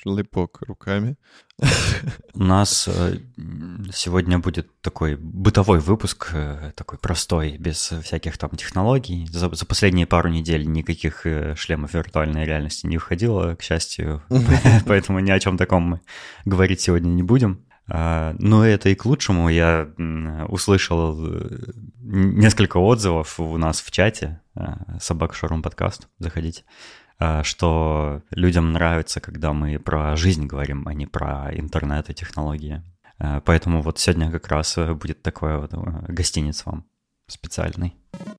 шлепок руками. У нас сегодня будет такой бытовой выпуск, такой простой, без всяких там технологий. За последние пару недель никаких шлемов виртуальной реальности не выходило, к счастью, поэтому ни о чем таком мы говорить сегодня не будем. Но это и к лучшему. Я услышал несколько отзывов у нас в чате «Собака Шоурум подкаст», заходите, что людям нравится, когда мы про жизнь говорим, а не про интернет и технологии. Поэтому вот сегодня как раз будет такой вот гостиниц вам специальный.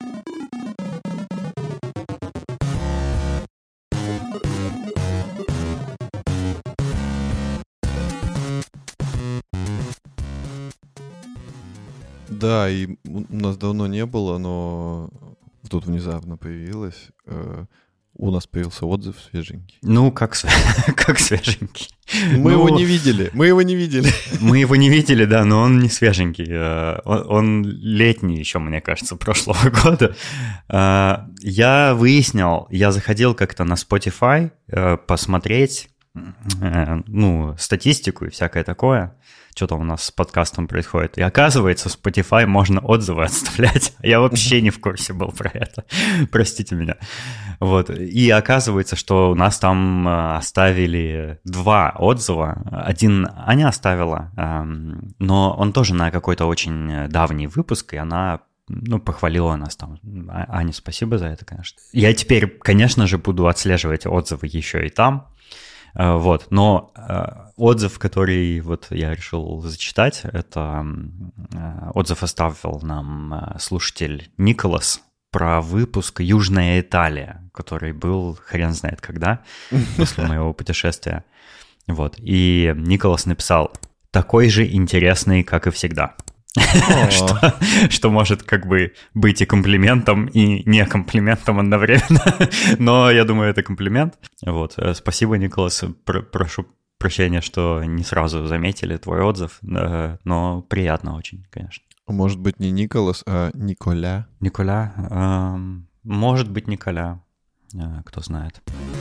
Да, и у нас давно не было, но тут внезапно появилось. У нас появился отзыв свеженький. Ну, как свеженький. Мы его не видели. Мы его не видели, да, но он не свеженький. Он летний еще, мне кажется, прошлого года. Я выяснил, я заходил как-то на Spotify посмотреть, статистику и всякое такое, что там у нас с подкастом происходит. И оказывается, в Spotify можно отзывы оставлять. Я вообще не в курсе был про это. Простите меня. Вот. И оказывается, что у нас там оставили 2 отзыва. Один Аня оставила, но он тоже на какой-то очень давний выпуск, и она похвалила нас там. Аня, спасибо за это, конечно. Я теперь, конечно же, буду отслеживать отзывы еще и там. Вот, но отзыв, который вот я решил зачитать, это отзыв оставил нам слушатель Николас про выпуск «Южная Италия», который был хрен знает когда, после моего путешествия. Вот, и Николас написал «такой же интересный, как и всегда». Что может как бы быть и комплиментом, и не комплиментом одновременно. Но я думаю, это комплимент. Вот. Спасибо, Николас. Прошу прощения, что не сразу заметили твой отзыв, но приятно очень, конечно. Может быть, не Николас, а Николя? Николя? Может быть, Николя. Кто знает.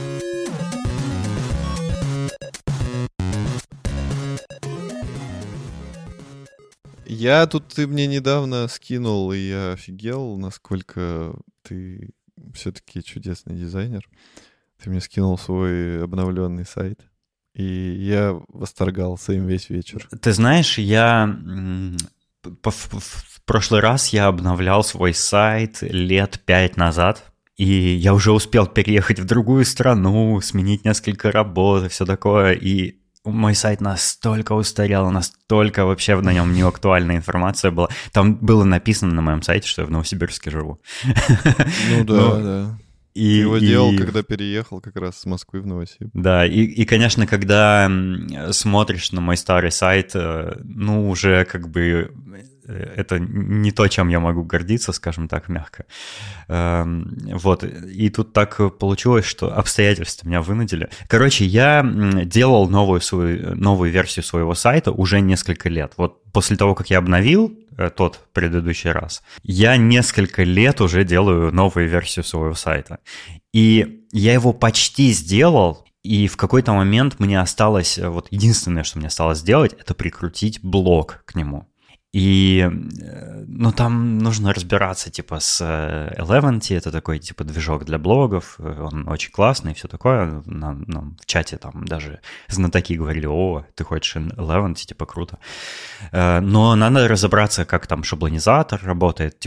Ты мне недавно скинул, и я офигел, насколько ты все-таки чудесный дизайнер. Ты мне скинул свой обновленный сайт, и я восторгался им весь вечер. Ты знаешь, в прошлый раз я обновлял свой сайт лет 5 назад, и я уже успел переехать в другую страну, сменить несколько работ и все такое, и мой сайт настолько устарел, настолько вообще на нем неактуальная информация была. Там было написано на моем сайте, что я в Новосибирске живу. Ну да. Ты его делал, когда переехал как раз с Москвы в Новосибирск. Да, и, конечно, когда смотришь на мой старый сайт, уже как бы это не то, чем я могу гордиться, скажем так, мягко. Вот, и тут так получилось, что обстоятельства меня вынудили. Короче, я делал новую версию своего сайта уже несколько лет. Вот после того, как я обновил тот предыдущий раз, я несколько лет уже делаю новую версию своего сайта. И я его почти сделал, и в какой-то момент мне осталось, вот единственное, что мне осталось сделать, это прикрутить блог к нему. И, там нужно разбираться, с Eleventy, это такой, движок для блогов, он очень классный и все такое, нам в чате там даже знатоки говорили, ты хочешь Eleventy, круто. Но надо разобраться, как там шаблонизатор работает,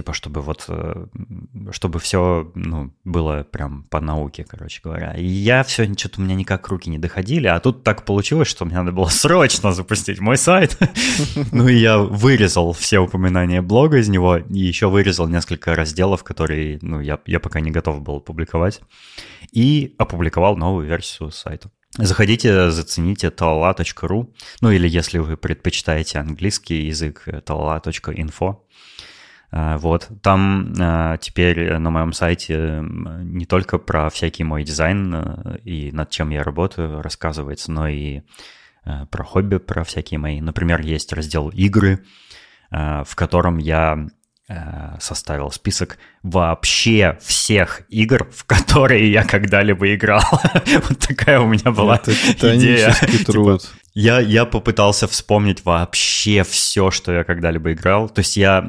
чтобы все, было прям по науке, короче говоря. И я все, что-то у меня никак руки не доходили, а тут так получилось, что мне надо было срочно запустить мой сайт. И я вырезал все упоминания блога из него и еще вырезал несколько разделов, которые я пока не готов был публиковать, и опубликовал новую версию сайта. Заходите, зацените talala.ru, или если вы предпочитаете английский язык, talala.info. Вот, там теперь на моем сайте не только про всякий мой дизайн и над чем я работаю рассказывается, но и про хобби, про всякие мои. Например, есть раздел «Игры», в котором я составил список вообще всех игр, в которые я когда-либо играл. Вот такая у меня была идея. Труд. Я попытался вспомнить вообще все, что я когда-либо играл. То есть у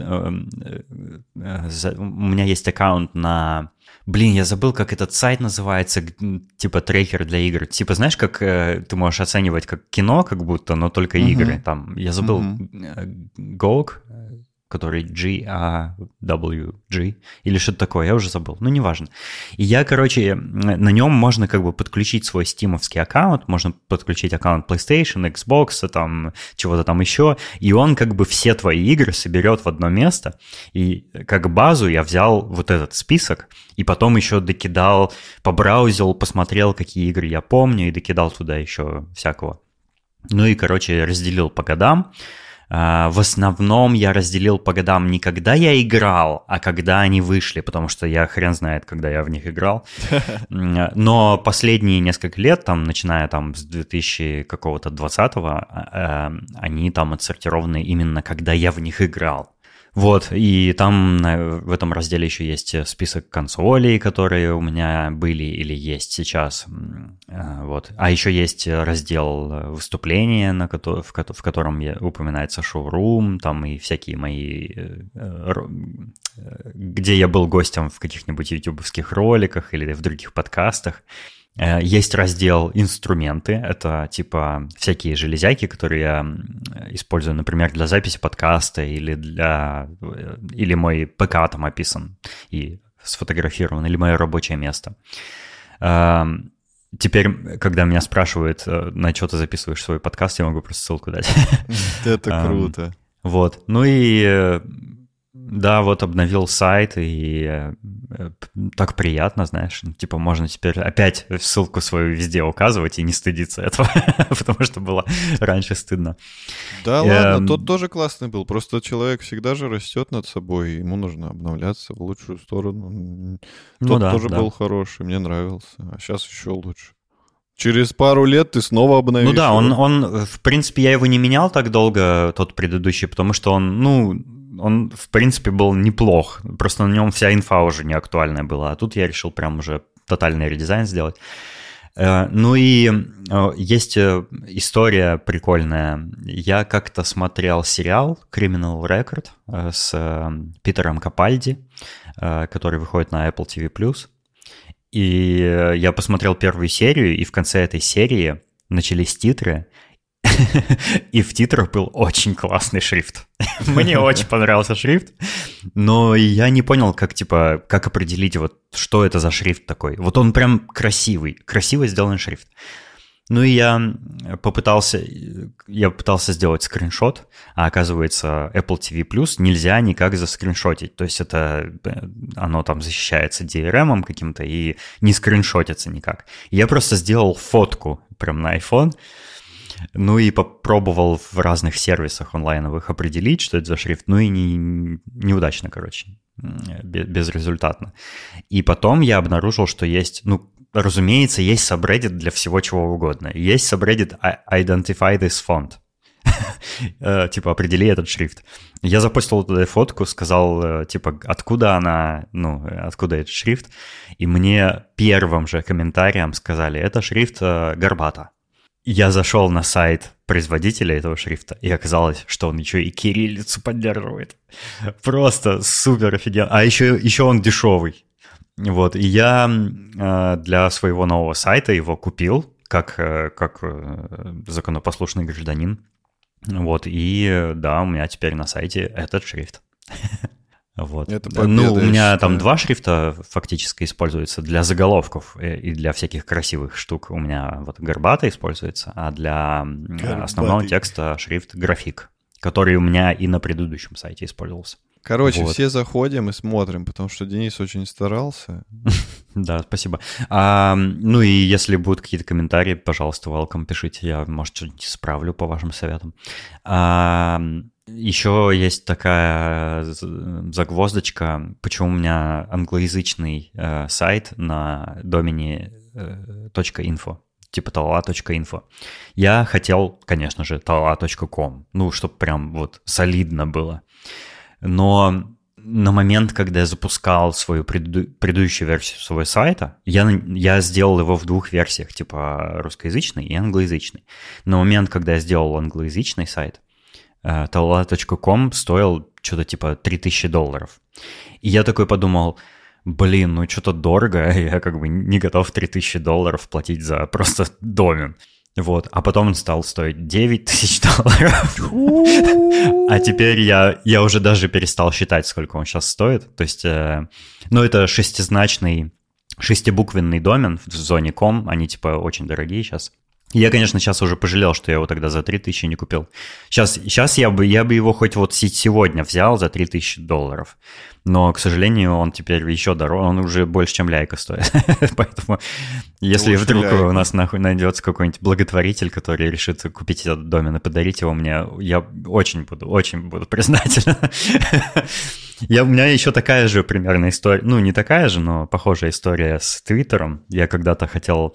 меня есть аккаунт на... Блин, я забыл, как этот сайт называется, типа трекер для игр. Типа, знаешь, как ты можешь оценивать как кино, как будто, но только игры. Там, я забыл, GOG, который GAWG, или что-то такое, я уже забыл, ну, неважно. И я, короче, на нем можно как бы подключить свой стимовский аккаунт, можно подключить аккаунт PlayStation, Xbox, там, чего-то там еще, и он как бы все твои игры соберет в одно место, и как базу я взял вот этот список, и потом еще докидал, побраузил, посмотрел, какие игры я помню, и докидал туда еще всякого. Ну и, короче, разделил по годам. В основном я разделил по годам не когда я играл, а когда они вышли, потому что я хрен знает, когда я в них играл. Но последние несколько лет, там, начиная там с 2020-го, они там отсортированы именно когда я в них играл. Вот, и там в этом разделе еще есть список консолей, которые у меня были или есть сейчас. Вот. А еще есть раздел выступления, в котором упоминается шоурум, там и всякие мои... где я был гостем в каких-нибудь ютубовских роликах или в других подкастах. Есть раздел «Инструменты». Это типа всякие железяки, которые я использую, например, для записи подкаста или мой ПК там описан и сфотографирован, или мое рабочее место. Теперь, когда меня спрашивают, на что ты записываешь свой подкаст, я могу просто ссылку дать. Это круто. Вот. Ну и... Да, вот обновил сайт, и так приятно, знаешь. Типа можно теперь опять ссылку свою везде указывать и не стыдиться этого, потому что было раньше стыдно. Да ладно, тот тоже классный был. Просто человек всегда же растет над собой, ему нужно обновляться в лучшую сторону. Тот тоже был хороший, мне нравился, а сейчас еще лучше. Через пару лет ты снова обновишь. Ну да, он, в принципе, я его не менял так долго, тот предыдущий, потому что он, в принципе, был неплох. Просто на нем вся инфа уже не актуальная была. А тут я решил прям уже тотальный редизайн сделать. Ну и есть история прикольная. Я как-то смотрел сериал Criminal Record с Питером Капальди, который выходит на Apple TV+. И я посмотрел первую серию, и в конце этой серии начались титры, и в титрах был очень классный шрифт. Мне очень понравился шрифт, но я не понял, как определить, вот, что это за шрифт такой. Вот он прям красиво сделанный шрифт. Ну и я пытался сделать скриншот, а оказывается Apple TV Plus нельзя никак заскриншотить. То есть оно там защищается DRM каким-то и не скриншотится никак. Я просто сделал фотку прям на iPhone. Ну и попробовал в разных сервисах онлайновых определить, что это за шрифт, ну и неудачно, короче, безрезультатно. И потом я обнаружил, что есть, разумеется, есть subreddit для всего чего угодно. Есть subreddit Identify this font. Типа, определи этот шрифт. Я запостил туда фотку, сказал, откуда откуда этот шрифт, и мне первым же комментарием сказали, это шрифт Горбата. Я зашел на сайт производителя этого шрифта, и оказалось, что он еще и кириллицу поддерживает. Просто супер офигенно. А еще он дешевый. Вот, и я для своего нового сайта его купил, как законопослушный гражданин. Вот, и да, у меня теперь на сайте этот шрифт. Вот. У меня там два шрифта фактически используются для заголовков и для всяких красивых штук. У меня вот горбата используется, а для основного текста шрифт график, который у меня и на предыдущем сайте использовался. Короче, вот. Все заходим и смотрим, потому что Денис очень старался. Да, спасибо. Ну и если будут какие-то комментарии, пожалуйста, welcome, пишите, я, может, что-нибудь исправлю по вашим советам. Еще есть такая загвоздочка, почему у меня англоязычный сайт на домене .info, типа tala.info. Я хотел, конечно же, tala.com, чтобы прям вот солидно было. но на момент, когда я запускал свою предыдущую версию своего сайта, я сделал его в двух версиях, типа русскоязычный и англоязычный. На момент, когда я сделал англоязычный сайт, talala.com стоил что-то типа $3000. И я такой подумал, блин, ну что-то дорого, я как бы не готов $3000 платить за просто домен. Вот, а потом он стал стоить $9000. А теперь я уже даже перестал считать, сколько он сейчас стоит. То есть, ну, это шестибуквенный домен в зоне .com, они типа очень дорогие сейчас. Я, конечно, сейчас уже пожалел, что я его тогда за 3000 не купил. Сейчас я бы его хоть вот сегодня взял за $3000. Но, к сожалению, он теперь еще дороже, он уже больше, чем ляйка стоит. Поэтому, если Лучше вдруг ляйка. у нас найдется какой-нибудь благотворитель, который решит купить этот домен и подарить его мне, я очень буду признателен. У меня еще такая же примерно история, ну, не такая же, но похожая история с Твиттером. Я когда-то хотел...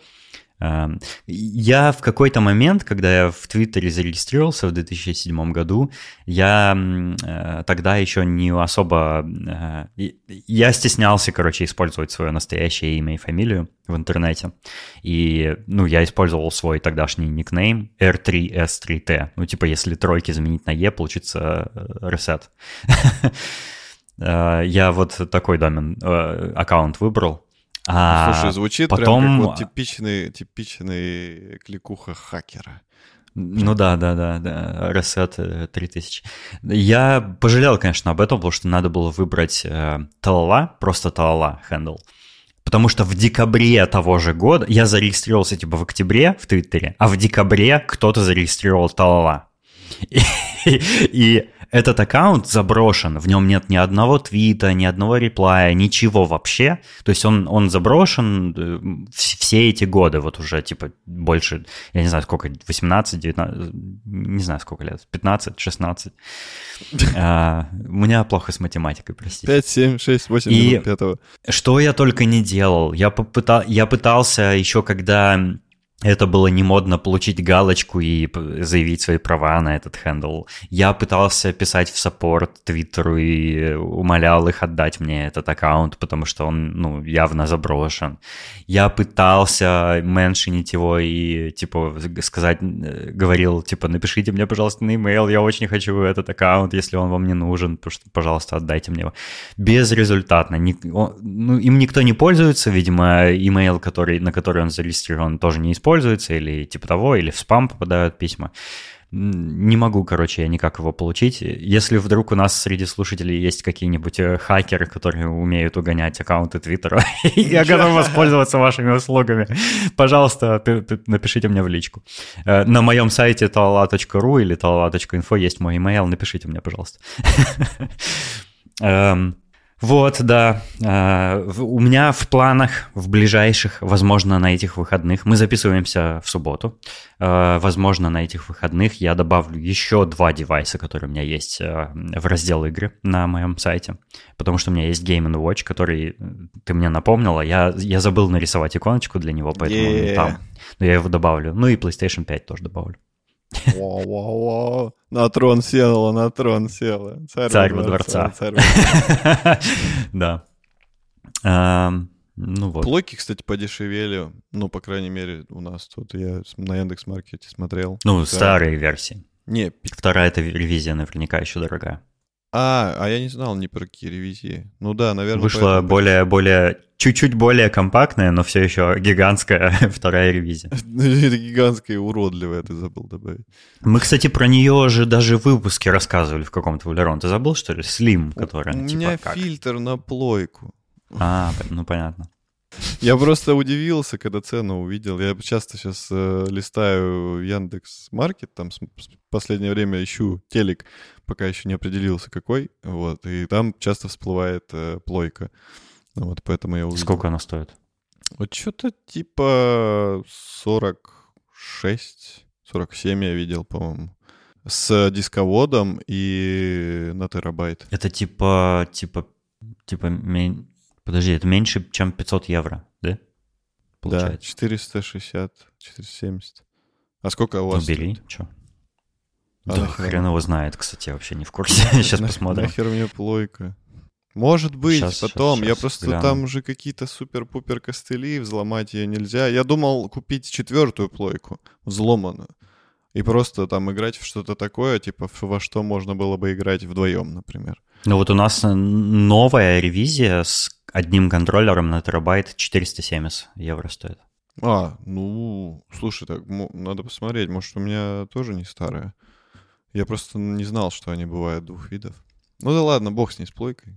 Я в какой-то момент, когда я в Твиттере зарегистрировался в 2007 году, я тогда еще не особо... Я стеснялся, короче, использовать свое настоящее имя и фамилию в интернете. И, ну, я использовал свой тогдашний никнейм R3S3T. Ну, типа, если тройки заменить на E, получится Reset. Я вот такой аккаунт выбрал. Слушай, звучит потом... прям как вот типичный кликуха хакера. Ну да, Reset 3000. Я пожалел, конечно, об этом, потому что надо было выбрать Talala, просто Talala handle. Потому что в декабре того же года, я зарегистрировался типа в октябре в Твиттере, а в декабре кто-то зарегистрировал Talala. И этот аккаунт заброшен, в нем нет ни одного твита, ни одного реплая, ничего вообще. То есть он заброшен все эти годы, вот уже типа больше, я не знаю сколько, 18, 19, не знаю сколько лет, 15, 16. У меня плохо с математикой, простите. 5, 7, 6, 8 минут 5. Что я только не делал. Я пытался еще, когда... Это было не модно получить галочку и заявить свои права на этот хендл. Я пытался писать в саппорт Твиттеру и умолял их отдать мне этот аккаунт, потому что он, ну, явно заброшен. Я пытался меншинить его и, типа, говорил, типа, напишите мне, пожалуйста, на e-mail, я очень хочу этот аккаунт, если он вам не нужен, пожалуйста, отдайте мне его. Безрезультатно. Ну, им никто не пользуется, видимо, e-mail, на который он зарегистрирован, тоже не используется, или типа того, или в спам попадают письма. Не могу, короче, я никак его получить. Если вдруг у нас среди слушателей есть какие-нибудь хакеры, которые умеют угонять аккаунты Твиттера, я готов воспользоваться вашими услугами, пожалуйста, напишите мне в личку. На моем сайте talala.ru или talala.info есть мой email, напишите мне, пожалуйста. Вот, да. У меня в планах, в ближайших, возможно, на этих выходных, мы записываемся в субботу, возможно, на этих выходных я добавлю еще 2 девайса, которые у меня есть в раздел игры на моем сайте, потому что у меня есть Game & Watch, который ты мне напомнила, я забыл нарисовать иконочку для него, поэтому он не там, но я его добавлю, ну и PlayStation 5 тоже добавлю. Вау. На трон села. Царь во дворца. Да. Ну вот. Плойки, кстати, подешевели. Ну, по крайней мере, у нас тут. Я на Яндекс.Маркете смотрел. Ну, старые версии. Не. Вторая эта ревизия наверняка еще дорогая. А я не знал ни про какие ревизии. Ну да, наверное. Вышла чуть-чуть более компактная, но все еще гигантская вторая ревизия. Это гигантская и уродливая, ты забыл добавить. Мы, кстати, про нее же даже в выпуске рассказывали в каком-то Валерон. Ты забыл, что ли? Slim, которая У меня фильтр на плойку. Ну понятно. Я просто удивился, когда цену увидел. Я часто сейчас листаю Яндекс.Маркет, там в последнее время ищу телек, пока еще не определился какой, вот, и там часто всплывает плойка. Вот, поэтому я увидел. Сколько она стоит? Вот что-то типа 46, 47 я видел, по-моему. С дисководом и на терабайт. Это типа подожди, это меньше, чем 500 евро, да? Получается. Да, 460, 470. А сколько у вас? Ну, бери, что? Да, хрен его знает, кстати, я вообще не в курсе. Сейчас посмотрим. Нахер мне плойка? Может быть, потом. Я просто гляну. там же какие-то супер-пупер костыли, взломать ее нельзя. Я думал купить 4-ю плойку, взломанную, и просто там играть в что-то такое, типа во что можно было бы играть вдвоем, например. Ну вот у нас новая ревизия с одним контроллером на терабайт 470 евро стоит. Ну, слушай, так надо посмотреть, может, у меня тоже не старая. Я просто не знал, что они бывают двух видов. Ну да ладно, бог с ней, с плойкой.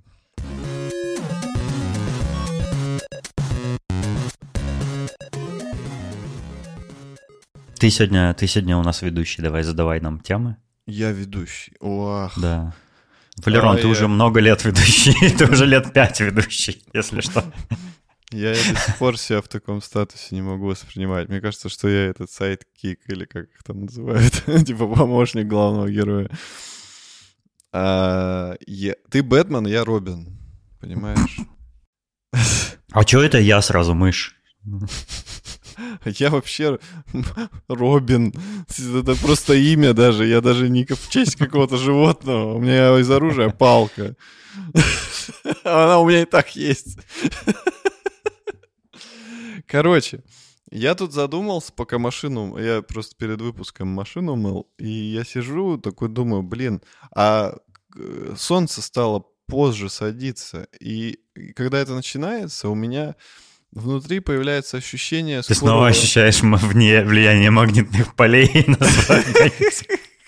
Ты сегодня у нас ведущий, давай задавай нам темы. Я ведущий. Ох. Да. Валерон, ты уже много лет ведущий, ты уже лет 5 ведущий, если что. Я до сих пор себя в таком статусе не могу воспринимать. Мне кажется, что я этот сайт-кик, или как их там называют, типа помощник главного героя. Ты Бэтмен, я Робин, понимаешь? А чё это я сразу мышь? Я вообще Робин. Это просто имя даже. Я даже не в честь какого-то животного. У меня из оружия палка. Она у меня и так есть. Короче, я тут задумался, пока машину... Я просто перед выпуском машину мыл, и я сижу, такой думаю, блин, а солнце стало позже садиться, и когда это начинается, у меня... Внутри появляется ощущение... Ты снова ощущаешь влияние магнитных полей на свой организм?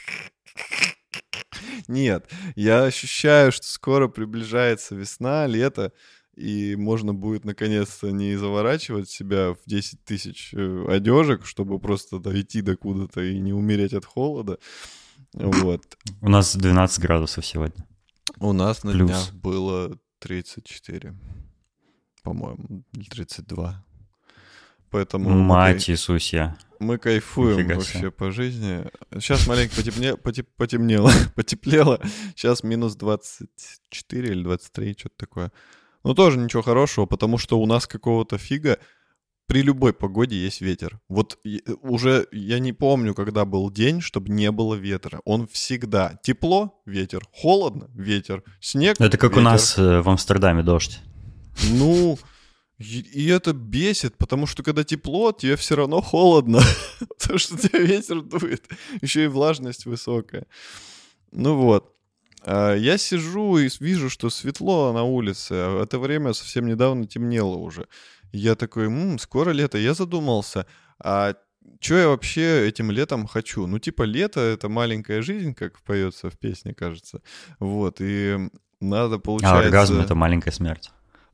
Нет, я ощущаю, что скоро приближается весна, лето, и можно будет наконец-то не заворачивать себя в 10 тысяч одежек, чтобы просто дойти до куда-то и не умереть от холода. Вот. У нас 12 градусов сегодня. У нас на днях было 34. По-моему, 32. Поэтому... Мать Иисусья. Мы кайфуем вообще по жизни. Сейчас маленько потемнело, потеплело. Сейчас минус 24 или 23, что-то такое. Но тоже ничего хорошего, потому что у нас какого-то фига при любой погоде есть ветер. Вот уже я не помню, когда был день, чтобы не было ветра. Он всегда. Тепло — ветер, холодно — ветер, снег — это как ветер. У нас в Амстердаме дождь. Ну, и это бесит, потому что когда тепло, тебе все равно холодно, потому что тебе ветер дует, еще и влажность высокая. Ну вот. Я сижу и вижу, что светло на улице, а в это время совсем недавно темнело уже. Я такой, скоро лето. Я задумался, а что я вообще этим летом хочу? Ну, типа, лето — это маленькая жизнь, как поется в песне, кажется. Вот, и надо, получается... А оргазм — это маленькая смерть.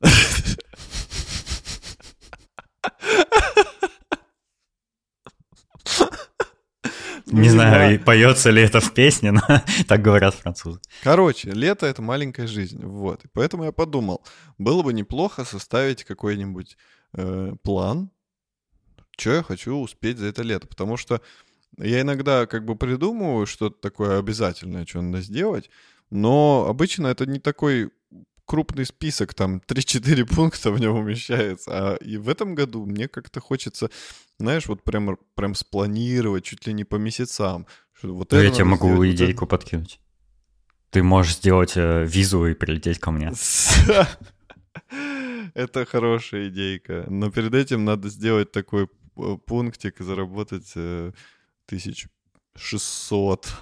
Не знаю, поется ли это в песне, но так говорят французы. Короче, лето — это маленькая жизнь, вот. И поэтому я подумал, было бы неплохо составить какой-нибудь план, что я хочу успеть за это лето. Потому что я иногда как бы придумываю что-то такое обязательное, что надо сделать, но обычно это не такой крупный список, там 3-4 пункта в нем умещается. И в этом году мне как-то хочется, знаешь, вот прям спланировать чуть ли не по месяцам. Вот я тебе могу идейку подкинуть. Ты можешь сделать визу и прилететь ко мне. Это хорошая идейка. Но перед этим надо сделать такой пунктик и заработать 1600.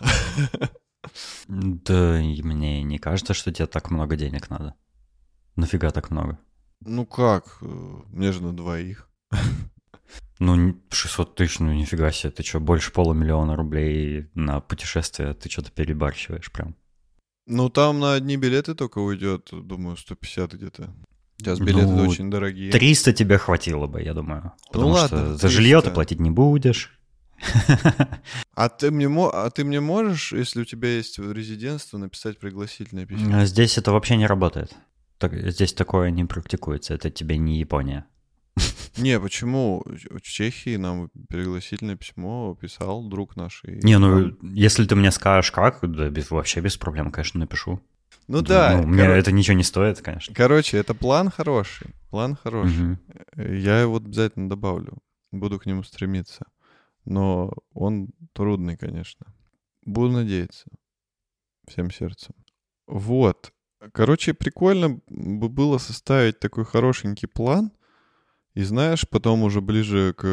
Да, мне не кажется, что тебе так много денег надо. Нафига так много? Ну как? Мне же на двоих. Ну, 600 тысяч, ну нифига себе. Ты что, больше 500 000 рублей на путешествие? Ты что-то перебарщиваешь прям. Ну, там на одни билеты только уйдет, думаю, 150 где-то. Сейчас билеты очень дорогие. 300 тебе хватило бы, я думаю. Потому ладно, что 300. За жилье ты платить не будешь. А ты мне можешь, если у тебя есть резидентство, написать пригласительное письмо? Здесь это вообще не работает. Здесь такое не практикуется. Это тебе не Япония. Не, почему? В Чехии нам пригласительное письмо писал друг наш. Не, ну, если ты мне скажешь как, да, вообще без проблем, конечно, напишу. Ну да. Ну, мне это ничего не стоит, конечно. Короче, это план хороший. Угу. Я его обязательно добавлю. Буду к нему стремиться. Но он трудный, конечно. Буду надеяться. Всем сердцем. Вот. Короче, прикольно бы было составить такой хорошенький план. И знаешь, потом уже ближе к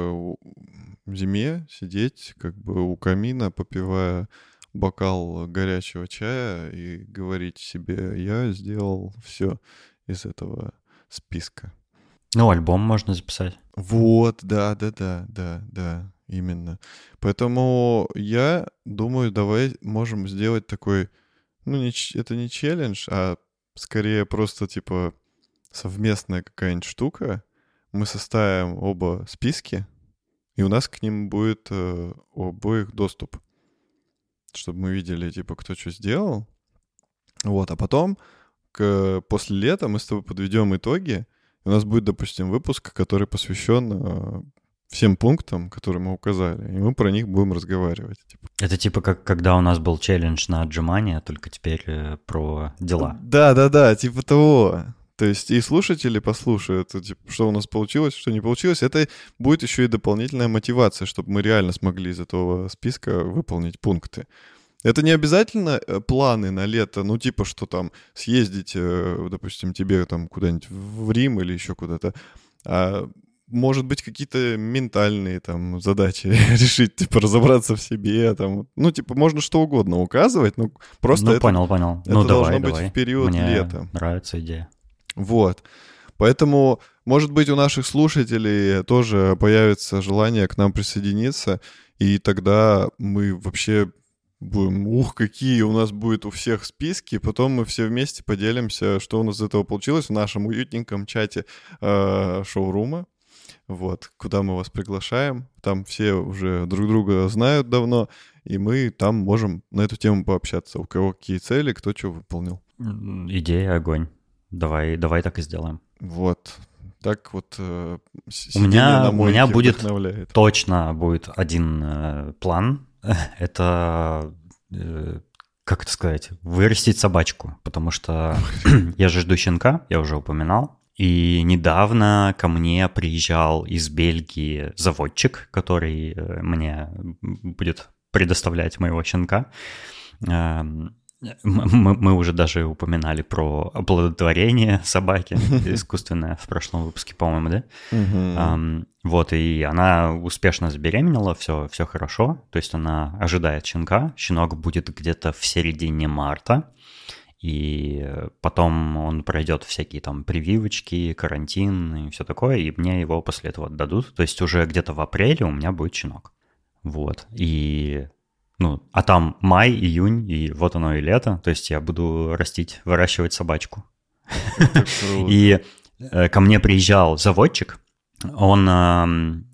зиме сидеть как бы у камина, попивая бокал горячего чая и говорить себе: я сделал все из этого списка. Ну, альбом можно записать. Вот, да, именно. Поэтому я думаю, давай можем сделать такой, это не челлендж, а скорее просто типа совместная какая-нибудь штука. Мы составим оба списки, и у нас к ним будет у обоих доступ, чтобы мы видели, типа, кто что сделал. Вот, а потом после лета мы с тобой подведем итоги. У нас будет, допустим, выпуск, который посвящен всем пунктам, которые мы указали, и мы про них будем разговаривать. Это типа как когда у нас был челлендж на отжимания, только теперь про дела. Да, типа того. То есть и слушатели послушают, типа, что у нас получилось, что не получилось. Это будет еще и дополнительная мотивация, чтобы мы реально смогли из этого списка выполнить пункты. Это не обязательно планы на лето, типа, что там съездить, допустим, тебе там куда-нибудь в Рим или еще куда-то, а может быть, какие-то ментальные там задачи решить, типа, разобраться в себе, там, типа, можно что угодно указывать, просто это, понял. Это должно быть в период Мне лета. Нравится идея. Вот. Поэтому, может быть, у наших слушателей тоже появится желание к нам присоединиться, и тогда мы вообще будем, какие у нас будет у всех списки, потом мы все вместе поделимся, что у нас из этого получилось в нашем уютненьком чате шоурума, вот, куда мы вас приглашаем. Там все уже друг друга знают давно, и мы там можем на эту тему пообщаться, у кого какие цели, кто что выполнил. Идея огонь. Давай так и сделаем. Вот. Так вот у меня будет вдохновляет. Точно будет один план. Это, как это сказать, вырастить собачку. Потому что я же жду щенка, я уже упоминал. И недавно ко мне приезжал из Бельгии заводчик, который мне будет предоставлять моего щенка. Мы уже даже упоминали про оплодотворение собаки искусственное в прошлом выпуске, по-моему, да? Вот, и она успешно забеременела, все хорошо. То есть она ожидает щенка. Щенок будет где-то в середине марта. И потом он пройдет всякие там прививочки, карантин и все такое. И мне его после этого отдадут. То есть уже где-то в апреле у меня будет щенок. Вот, и... а там май, июнь, и вот оно и лето. То есть я буду выращивать собачку. И ко мне приезжал заводчик. Он,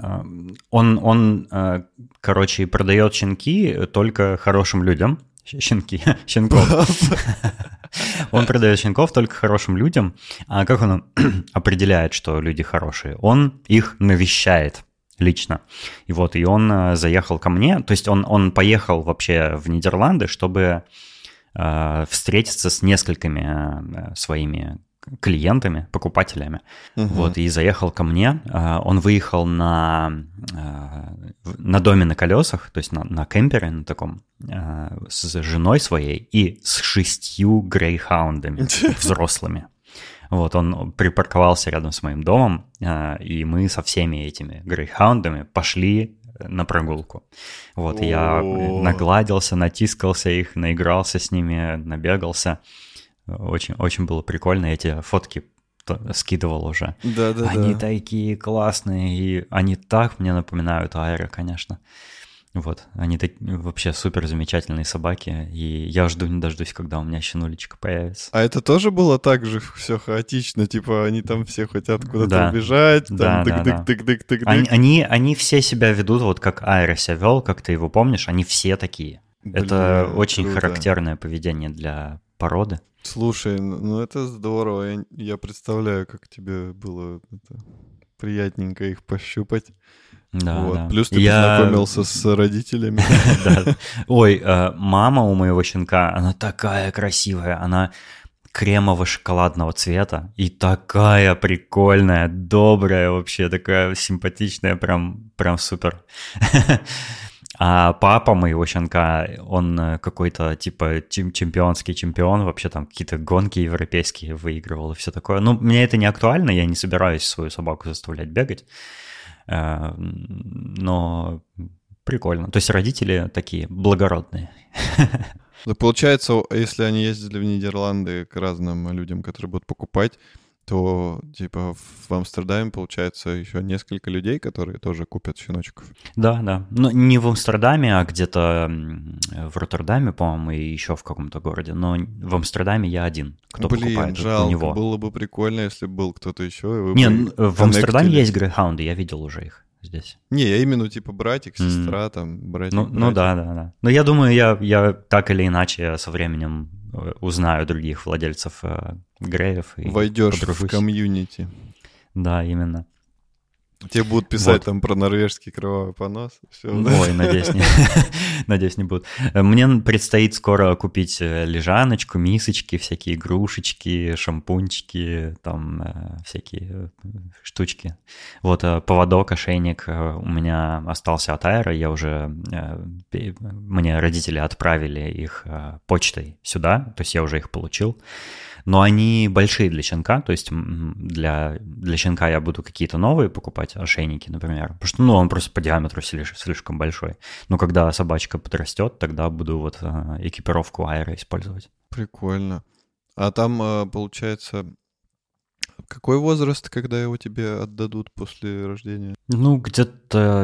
короче, продает щенки только хорошим людям. Щенков. Он продает щенков только хорошим людям. А как он определяет, что люди хорошие? Он их навещает лично. И он заехал ко мне, то есть он поехал вообще в Нидерланды, чтобы встретиться с несколькими своими клиентами, покупателями. Вот, и заехал ко мне. Он выехал на доме на колесах, то есть на кемпере на таком, с женой своей и с 6 грейхаундами взрослыми. Вот, он припарковался рядом с моим домом, и мы со всеми этими грейхаундами пошли на прогулку. Вот, я нагладился, натискался их, наигрался с ними, набегался. Очень, очень было прикольно. Я тебе фотки скидывал уже. Да. Они такие классные, и они так мне напоминают Айра, конечно. Вот, они вообще супер замечательные собаки, и я жду не дождусь, когда у меня щенулечка появится. А это тоже было так же все хаотично, типа они там все хотят куда-то убежать, там тык-тык-тык-тык-тык. Они все себя ведут, вот как Айра себя вел, как ты его помнишь, они все такие. Это очень характерное поведение для породы. Слушай, это здорово, я представляю, как тебе было приятненько их пощупать. Да, вот. Да. Плюс ты познакомился с родителями. Ой, мама у моего щенка, она такая красивая, она кремово-шоколадного цвета и такая прикольная, добрая вообще, такая симпатичная, прям супер. А папа моего щенка, он какой-то типа чемпионский чемпион, вообще там какие-то гонки европейские выигрывал и все такое. Ну, мне это не актуально, я не собираюсь свою собаку заставлять бегать, но прикольно. То есть родители такие благородные. Да, получается, если они ездили в Нидерланды к разным людям, которые будут покупать, то, типа, в Амстердаме, получается, еще несколько людей, которые тоже купят щеночков. Да, да. Но не в Амстердаме, а где-то в Роттердаме, по-моему, и еще в каком-то городе. Но в Амстердаме я один, кто покупает жалко, у него. Было бы прикольно, если был кто-то еще. И вы Не, бы в Амстердаме есть грейхаунды, я видел уже их здесь. Не, я именно, типа, братик, сестра, там, братик, Ну да, да, да. Но я думаю, я так или иначе со временем узнаю других владельцев греев. И войдешь подружусь. в комьюнити. Да, именно. Тебе будут писать там про норвежский кровавый понос. Все, Ой, надеюсь, не будут. Мне предстоит скоро купить лежаночку, мисочки, всякие игрушечки, шампунчики, там всякие штучки. Вот поводок, ошейник у меня остался от Аэро, я уже... Мне родители отправили их почтой сюда, то есть я уже их получил. Но они большие для щенка, то есть для щенка я буду какие-то новые покупать, ошейники, например, потому что, он просто по диаметру слишком большой. Но когда собачка подрастет, тогда буду вот экипировку Аэро использовать. Прикольно. А там, получается, какой возраст, когда его тебе отдадут после рождения? Ну, где-то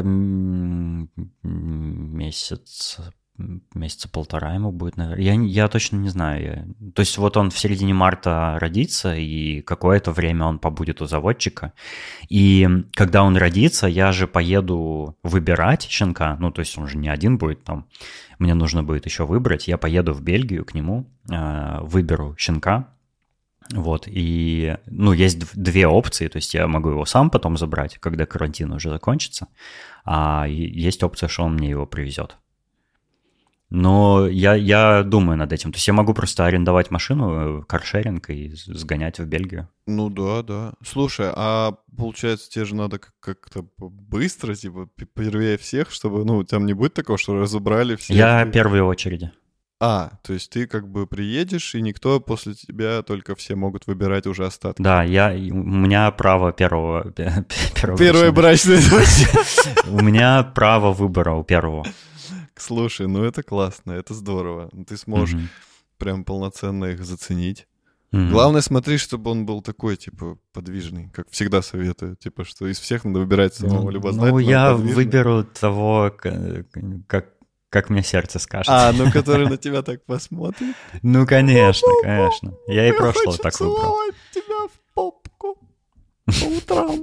месяца полтора ему будет, наверное. Я точно не знаю. То есть вот он в середине марта родится, и какое-то время он побудет у заводчика. И когда он родится, я же поеду выбирать щенка. Ну, то есть он же не один будет там. Мне нужно будет еще выбрать. Я поеду в Бельгию к нему, выберу щенка. Вот, и, есть две опции, то есть я могу его сам потом забрать, когда карантин уже закончится, а есть опция, что он мне его привезет. Но я думаю над этим. То есть я могу просто арендовать машину, каршеринг, и сгонять в Бельгию. Ну да. Слушай, а получается, тебе же надо как-то быстро, типа, первее всех, чтобы, там не будет такого, что разобрали всех? Я первой очереди. То есть ты как бы приедешь, и никто после тебя, только все могут выбирать уже остатки. Да, у меня право первого Первая брачная ночь. У меня право выбора у первого. Слушай, это классно, это здорово. Ты сможешь прям полноценно их заценить. Главное, смотри, чтобы он был такой, типа, подвижный, как всегда советую. Типа, что из всех надо выбирать самого любознательного. Я выберу того, как мне сердце скажет. Который на тебя так посмотрит. Ну, конечно. Я и прошлого так выбрал. Я хочу тебя в попку по утрам.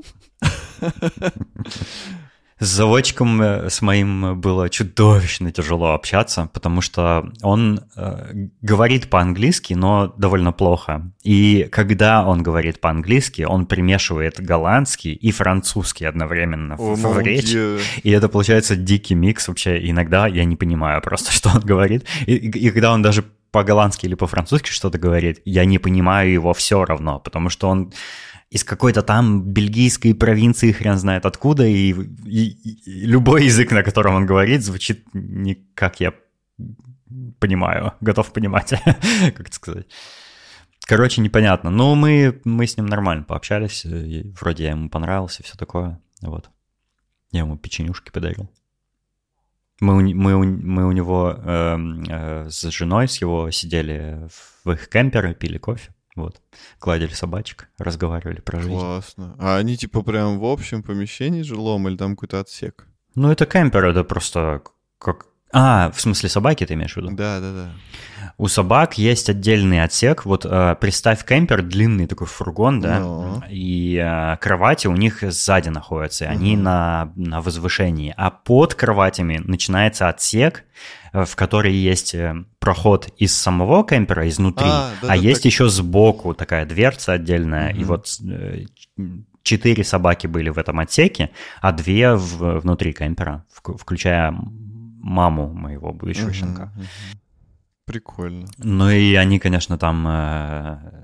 С заводчиком, с моим, было чудовищно тяжело общаться, потому что он говорит по-английски, но довольно плохо. И когда он говорит по-английски, он примешивает голландский и французский одновременно в речь. И это получается дикий микс вообще. Иногда я не понимаю просто, что он говорит. И когда он даже по-голландски или по-французски что-то говорит, я не понимаю его все равно, потому что он... из какой-то там бельгийской провинции, хрен знает откуда, и любой язык, на котором он говорит, звучит не как я понимаю, готов понимать, как это сказать. Короче, непонятно. Но мы с ним нормально пообщались, вроде я ему понравился, все такое, вот. Я ему печенюшки подарил. Мы у него с женой, с его сидели в их кемпере, пили кофе. Вот, гладили собачек, разговаривали про жизнь. Классно. А они типа прям в общем помещении жилом или там какой-то отсек? Это кемпер, это просто как... в смысле собаки ты имеешь в виду? Да. У собак есть отдельный отсек. Вот представь кемпер, длинный такой фургон, да, и кровати у них сзади находятся, они на возвышении. А под кроватями начинается отсек, в который есть проход из самого кемпера, изнутри, есть еще сбоку такая дверца отдельная, и вот 4 собаки были в этом отсеке, а 2 внутри кемпера, включая маму моего будущего щенка. Прикольно. И они, конечно, там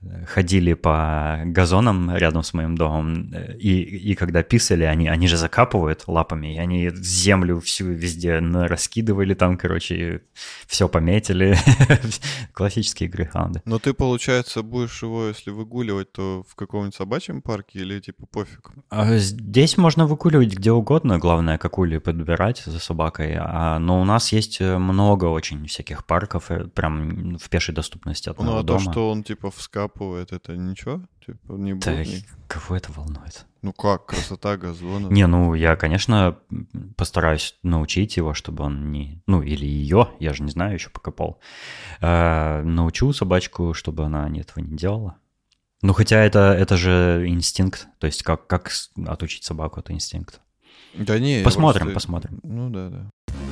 ходили по газонам рядом с моим домом, и когда писали, они же закапывают лапами, и они землю всю везде раскидывали там, короче, все пометили. Классические грейхаунды. Но ты, получается, будешь его, если выгуливать, то в каком-нибудь собачьем парке или типа пофиг? Здесь можно выгуливать где угодно, главное, какулю подбирать за собакой. Но у нас есть много очень всяких парков, прям в пешей доступности от моего дома. Ну, а то, что он типа вскапывает, это ничего? Типа не Да, будет? кого это волнует? Ну как, красота газона. Не, ну я, конечно, постараюсь научить его, чтобы он не... Ну, или ее, я же не знаю еще пока пол. Научу собачку, чтобы она этого не делала. Ну, хотя это же инстинкт. То есть как отучить собаку от инстинкта? Да не, посмотрим, просто... посмотрим. Ну да.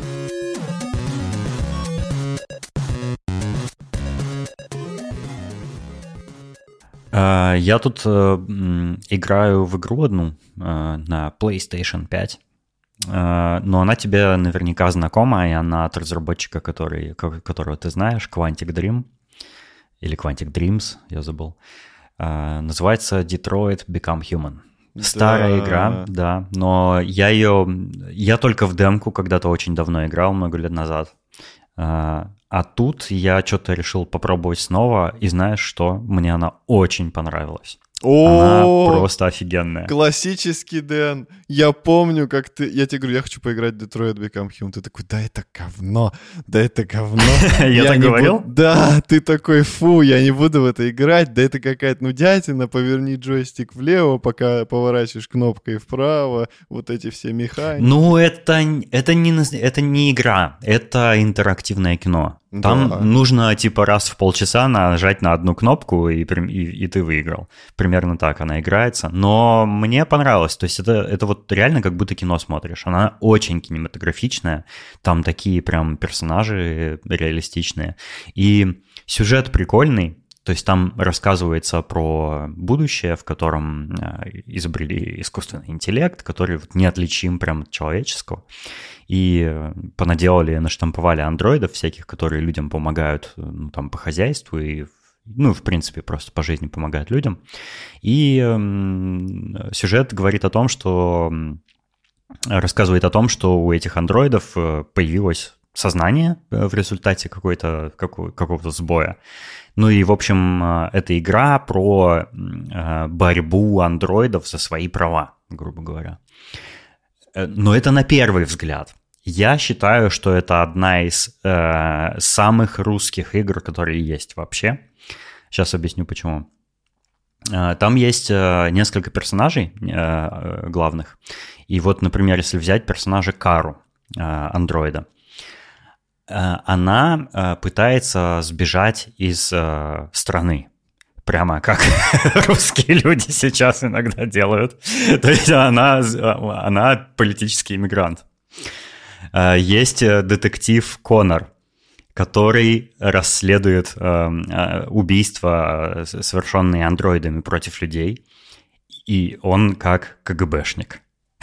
Я тут играю в игру одну на PlayStation 5, но она тебе наверняка знакома, и она от разработчика, которого ты знаешь, Quantic Dream, или Quantic Dreams, я забыл. Называется Detroit Become Human. Старая игра, да, но я только в демку когда-то очень давно играл, много лет назад. А тут я что-то решил попробовать снова, и знаешь что? Мне она очень понравилась. Она просто офигенная. Классический Дэн. Я помню, как ты... Я тебе говорю, я хочу поиграть в Detroit Become Human. Ты такой, да это говно. Я так говорил? Да, ты такой, фу, я не буду в это играть. Да это какая-то нудятина. Поверни джойстик влево, пока поворачиваешь кнопкой вправо. Вот эти все механики. Ну, это не игра. Это интерактивное кино. Там нужно типа раз в полчаса нажать на одну кнопку, и ты выиграл. Примерно так она играется. Но мне понравилось. То есть это вот реально как будто кино смотришь. Она очень кинематографичная. Там такие прям персонажи реалистичные. И сюжет прикольный. То есть там рассказывается про будущее, в котором изобрели искусственный интеллект, который вот неотличим прям от человеческого. И понаделали, наштамповали андроидов всяких, которые людям помогают, ну, там, по хозяйству и, ну, в принципе, просто по жизни помогают людям. И сюжет говорит о том, что... Рассказывает о том, что у этих андроидов появилось сознание в результате какого-то сбоя. Ну и, в общем, это игра про борьбу андроидов за свои права, грубо говоря. Но это на первый взгляд. Я считаю, что это одна из самых русских игр, которые есть вообще. Сейчас объясню, почему. Там есть несколько персонажей главных. И вот, например, если взять персонажа Кару, андроида, она пытается сбежать из страны. Прямо как русские люди сейчас иногда делают. То есть она политический иммигрант. Есть детектив Коннор, который расследует убийства, совершенные андроидами против людей. И он как КГБшник.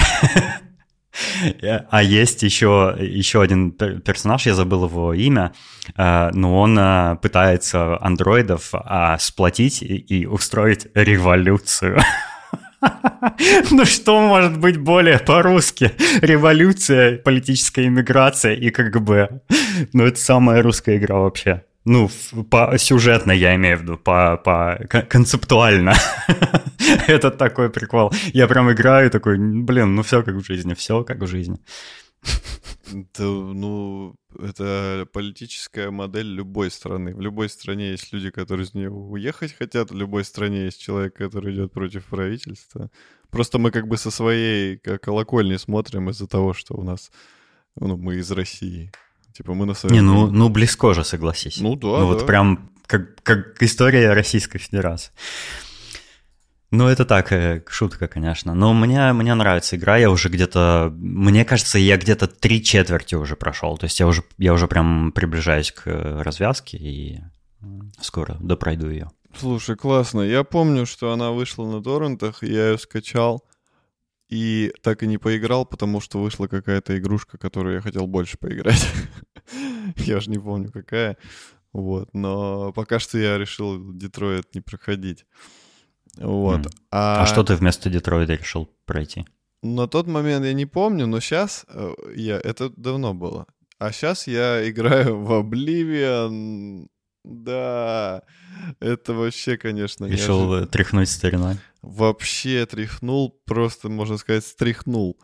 А есть еще один персонаж, я забыл его имя, но он пытается андроидов сплотить и устроить революцию. Ну что может быть более по-русски? Революция, политическая иммиграция и КГБ. Ну это самая русская игра вообще. Ну, сюжетно я имею в виду, концептуально. Это такой прикол. Я прям играю такой, блин, ну все как в жизни, все как в жизни. Да, ну, это политическая модель любой страны. В любой стране есть люди, которые из нее уехать хотят, в любой стране есть человек, который идет против правительства. Просто мы как бы со своей колокольни смотрим из-за того, что у нас, ну, мы из России. Типа мы на своем... Не, ну близко же, согласись. Ну да, ну, вот прям как история Российской Федерации. Ну, это так, шутка, конечно. Но мне нравится игра, я уже где-то... Мне кажется, я где-то 3/4 уже прошел. То есть я уже прям приближаюсь к развязке и скоро допройду ее. Слушай, классно. Я помню, что она вышла на торрентах, я ее скачал и так и не поиграл, потому что вышла какая-то игрушка, которую я хотел больше поиграть. Я же не помню, какая. Вот, но пока что я решил Детройт не проходить. Вот. А что ты вместо Детройта решил пройти? На тот момент я не помню, но сейчас это давно было. А сейчас я играю в Oblivion. Да, это вообще, конечно, Решил тряхнуть стариной? Вообще тряхнул, просто, можно сказать, стряхнул.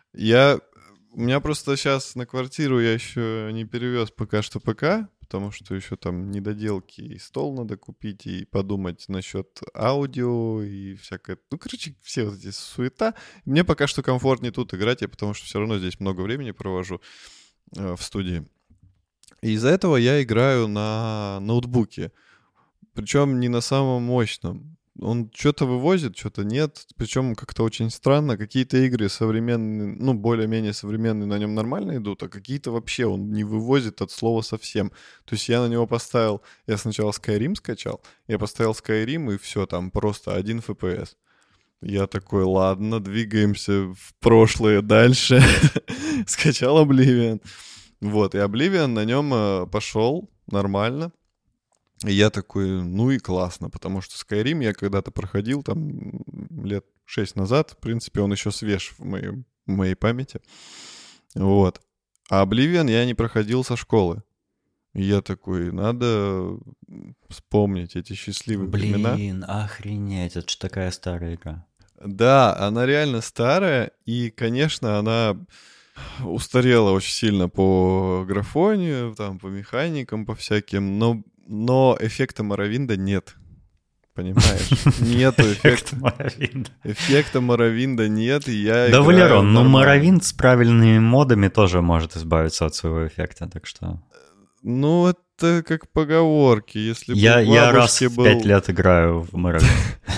У меня просто сейчас на квартиру я еще не перевез пока что ПК, потому что еще там недоделки, и стол надо купить, и подумать насчет аудио и всякое. Ну, короче, все вот эти суета. Мне пока что комфортнее тут играть, потому что все равно здесь много времени провожу в студии. И из-за этого я играю на ноутбуке. Причем не на самом мощном. Он что-то вывозит, что-то нет. Причем как-то очень странно. Какие-то игры современные, ну, более-менее современные на нем нормально идут, а какие-то вообще он не вывозит от слова совсем. То есть я на него поставил... Я сначала Skyrim скачал, я поставил Skyrim, и все, там просто 1 FPS. Я такой, ладно, двигаемся в прошлое дальше. Скачал Oblivion. Вот, и Oblivion на нем пошел нормально. И я такой, ну и классно, потому что Skyrim я когда-то проходил там лет 6 назад. В принципе, он еще свеж в моей памяти. Вот. А Oblivion я не проходил со школы. И я такой, надо вспомнить эти счастливые времена. Блин, охренеть, это же такая старая игра. Да, она реально старая, и, конечно, она устарела очень сильно по графонию, там, по механикам, по всяким, но эффекта Моровинда нет. Понимаешь? Нету эффекта Моровинда. Эффекта Моровинда нет, и я да, играю Валерон, но нормально. Моровинд с правильными модами тоже может избавиться от своего эффекта, так что... Ну, это как поговорки. Если бы я раз в был... 5 лет играю в Моровинд.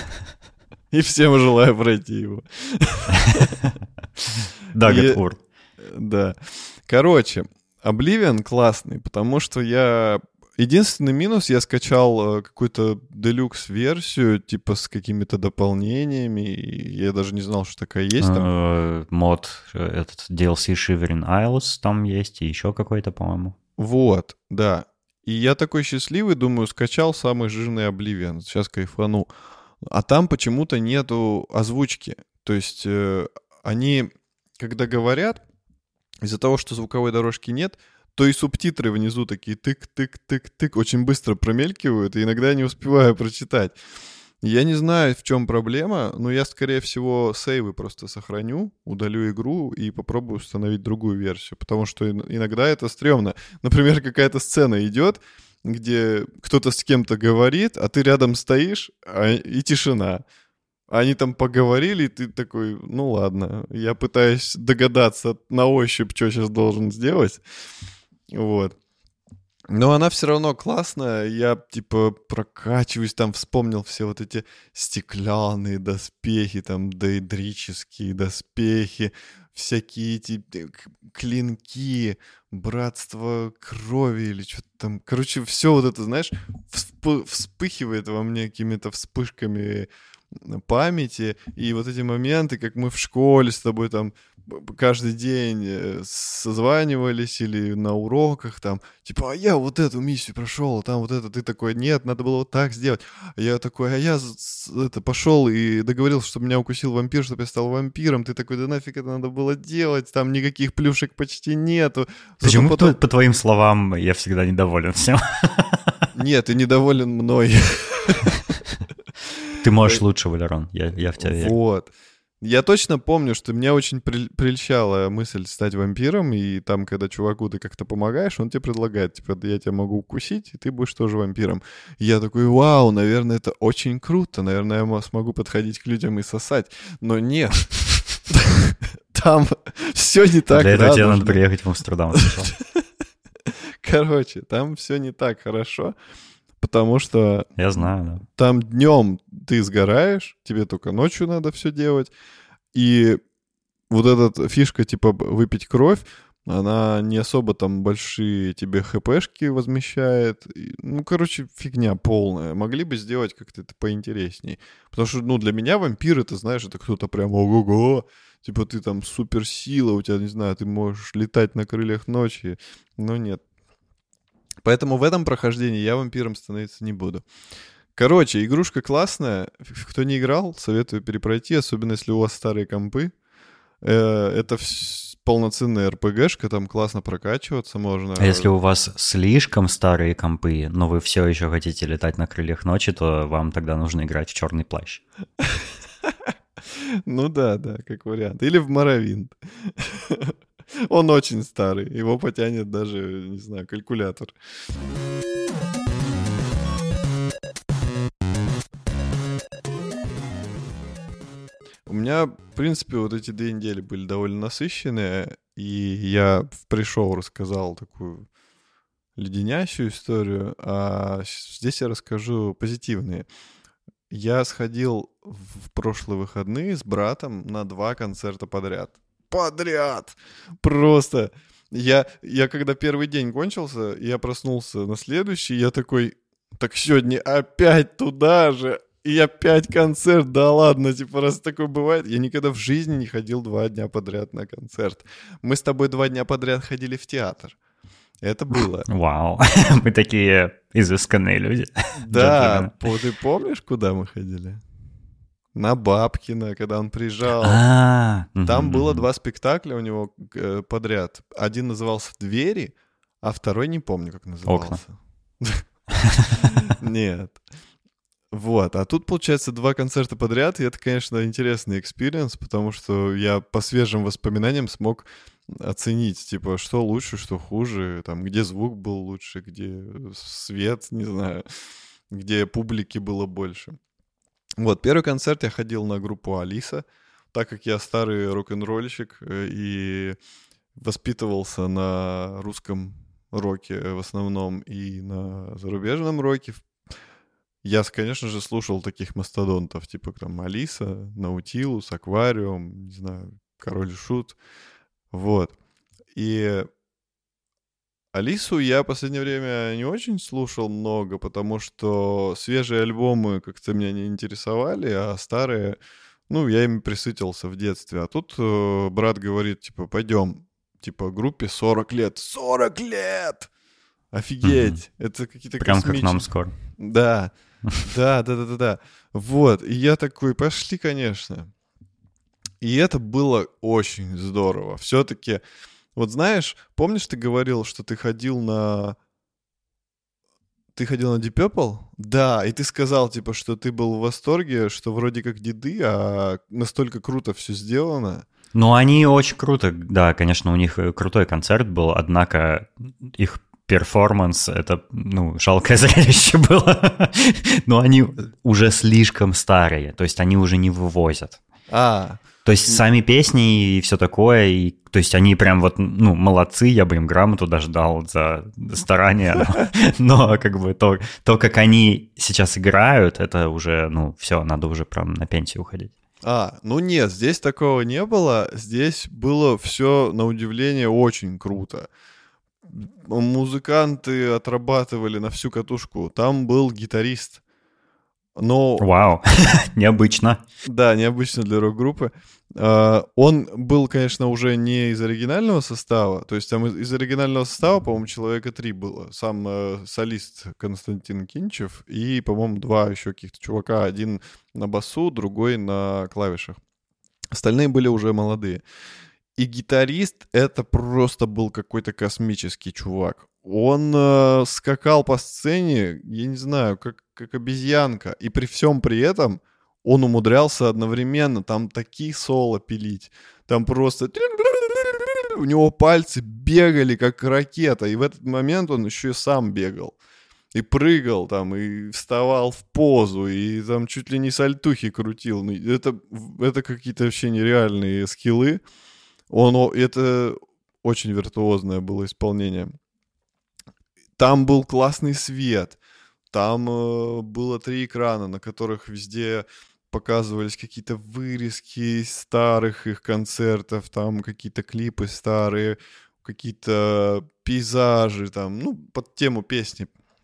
И всем желаю пройти его. Да, Godward. Да. Короче, Oblivion классный, потому что единственный минус, я скачал какую-то делюкс-версию, типа с какими-то дополнениями, и я даже не знал, что такая есть там. Мод, этот DLC Shivering Isles там есть, и еще какой-то, по-моему. Вот, да. И я такой счастливый, думаю, скачал самый жирный Oblivion, сейчас кайфану. А там почему-то нету озвучки. То есть они, когда говорят, из-за того, что звуковой дорожки нет, то и субтитры внизу такие тык-тык-тык-тык очень быстро промелькивают, и иногда я не успеваю прочитать. Я не знаю, в чем проблема, но я, скорее всего, сейвы просто сохраню, удалю игру и попробую установить другую версию, потому что иногда это стрёмно. Например, какая-то сцена идет, где кто-то с кем-то говорит, а ты рядом стоишь, и тишина. Они там поговорили, и ты такой, ну ладно, я пытаюсь догадаться на ощупь, что сейчас должен сделать. Вот. Но она все равно классная. Я, типа, прокачиваюсь, там вспомнил все вот эти стеклянные доспехи, там, дейдрические доспехи, всякие эти клинки, братство крови или что-то там. Короче, все вот это, знаешь, вспыхивает во мне какими-то вспышками памяти. И вот эти моменты, как мы в школе с тобой там каждый день созванивались или на уроках там, типа, а я вот эту миссию прошел, а там вот это, ты такой, нет, надо было вот так сделать. А я такой, а я пошел и договорился, чтобы меня укусил вампир, чтобы я стал вампиром. Ты такой, да нафиг это надо было делать, там никаких плюшек почти нету. Почему потом... по твоим словам я всегда недоволен всем? Нет, ты недоволен мной. Ты можешь лучше, Валерон, я в тебя верю. Вот. Я точно помню, что меня очень прельщала мысль стать вампиром, и там, когда чуваку ты как-то помогаешь, он тебе предлагает, типа, я тебя могу укусить, и ты будешь тоже вампиром. И я такой, вау, наверное, это очень круто, наверное, я смогу подходить к людям и сосать. Но нет. Там все не так. Для этого тебе надо приехать в Амстердам сначала. Короче, там все не так хорошо. Потому что... Я знаю, да. Там днем ты сгораешь, тебе только ночью надо все делать. И вот эта фишка, типа, выпить кровь, она не особо там большие тебе хпшки возмещает. Ну, короче, фигня полная. Могли бы сделать как-то это поинтересней. Потому что, ну, для меня вампир, это, знаешь, это кто-то прям ого-го. Типа, ты там суперсила, у тебя, не знаю, ты можешь летать на крыльях ночи. Но нет. Поэтому в этом прохождении я вампиром становиться не буду. Короче, игрушка классная. Кто не играл, советую перепройти, особенно если у вас старые компы. Это полноценная РПГшка, там классно прокачиваться можно. А если у вас слишком старые компы, но вы все еще хотите летать на крыльях ночи, то вам тогда нужно играть в черный плащ. Ну да, как вариант. Или в Моровинд. Он очень старый, его потянет даже, не знаю, калькулятор. У меня, в принципе, вот эти 2 недели были довольно насыщенные, и я в пришел рассказал такую леденящую историю, а здесь я расскажу позитивные. Я сходил в прошлые выходные с братом на 2 концерта подряд. Просто! Я когда первый день кончился, я проснулся на следующий, я такой, так сегодня опять туда же, и опять концерт, да ладно, типа, раз такое бывает. Я никогда в жизни не ходил 2 дня подряд на концерт. Мы с тобой 2 дня подряд ходили в театр. Это было. Вау, мы такие изысканные люди. Да, ты помнишь, куда мы ходили? На Бабкина, когда он приезжал. Там было 2 спектакля у него подряд. Один назывался «Двери», а второй не помню, как назывался. Нет. Вот, а тут, получается, 2 концерта подряд, и это, конечно, интересный экспириенс, потому что я по свежим воспоминаниям смог оценить, типа, что лучше, что хуже, там, где звук был лучше, где свет, не знаю, где публики было больше. Вот, первый концерт я ходил на группу Алиса, так как я старый рок-н-ролльщик и воспитывался на русском роке в основном и на зарубежном роке. Я, конечно же, слушал таких мастодонтов, типа там Алиса, Наутилус, Аквариум, не знаю, Король и Шут. Вот. И Алису я в последнее время не очень слушал много, потому что свежие альбомы как-то меня не интересовали, а старые, ну, я ими присытился в детстве. А тут брат говорит, типа, пойдем, типа, группе 40 лет. 40 лет! Офигеть! Это какие-то прям космические... как нам скоро. Да. Да. Вот, и я такой, пошли, конечно. И это было очень здорово. Все-таки, вот знаешь, помнишь, ты говорил, что ты ходил на Deep Purple? Да, и ты сказал, типа, что ты был в восторге, что вроде как деды, а настолько круто все сделано. Ну, они очень круто, да, конечно, у них крутой концерт был, однако их перформанс, это, ну, жалкое зрелище было. Но они уже слишком старые, то есть они уже не вывозят. То есть сами песни и все такое, и, то есть они прям вот, ну, молодцы, я бы им грамоту даже дал за старания, но как бы то, как они сейчас играют, это уже, ну, все, надо уже прям на пенсию уходить. Ну нет, здесь такого не было, здесь было все, на удивление, очень круто. Музыканты отрабатывали на всю катушку. Там был гитарист. Но... Вау, необычно. Да, необычно для рок-группы. Он был, конечно, уже не из оригинального состава. То есть там из оригинального состава, по-моему, человека 3 было. Сам солист Константин Кинчев и, по-моему, 2 еще каких-то чувака. Один на басу, другой на клавишах. Остальные были уже молодые. И гитарист — это просто был какой-то космический чувак. Он скакал по сцене, я не знаю, как обезьянка. И при всем при этом он умудрялся одновременно там такие соло пилить. Там просто... У него пальцы бегали, как ракета. И в этот момент он еще и сам бегал. И прыгал там, и вставал в позу, и там чуть ли не сальтухи крутил. Это какие-то вообще нереальные скиллы. Это очень виртуозное было исполнение. Там был классный свет. Там было 3 экрана, на которых везде показывались какие-то вырезки из старых их концертов, там какие-то клипы старые, какие-то пейзажи, там, ну, под тему песни.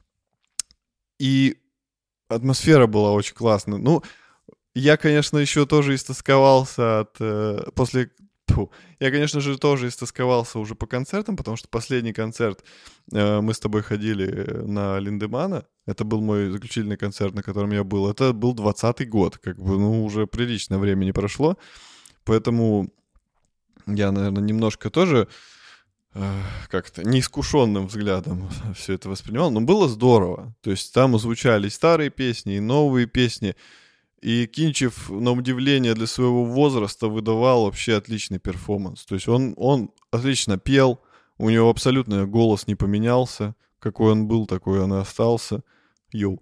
И атмосфера была очень классная. Ну, я, конечно, еще тоже истосковался после Фу. Я, конечно же, тоже истосковался уже по концертам, потому что последний концерт мы с тобой ходили на Линдеманна. Это был мой заключительный концерт, на котором я был. Это был 20-й год, как бы, ну, уже прилично времени прошло. Поэтому я, наверное, немножко тоже как-то неискушенным взглядом все это воспринимал. Но было здорово. То есть там звучали и старые песни, и новые песни. И Кинчев, на удивление для своего возраста, выдавал вообще отличный перформанс. То есть он отлично пел, у него абсолютно голос не поменялся. Какой он был, такой он и остался. Йоу.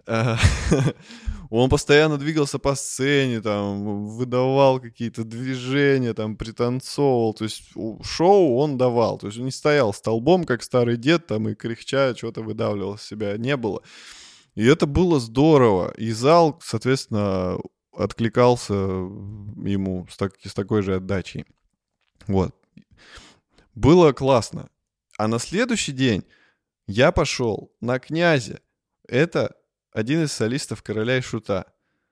Он постоянно двигался по сцене, там, выдавал какие-то движения, там, пританцовывал. То есть шоу он давал. То есть он не стоял столбом, как старый дед, там, и кряхча что-то выдавливал из себя. Не было. И это было здорово. И зал, соответственно, откликался ему с такой же отдачей. Вот. Было классно. А на следующий день я пошел на «Князя». Это один из солистов «Короля и Шута».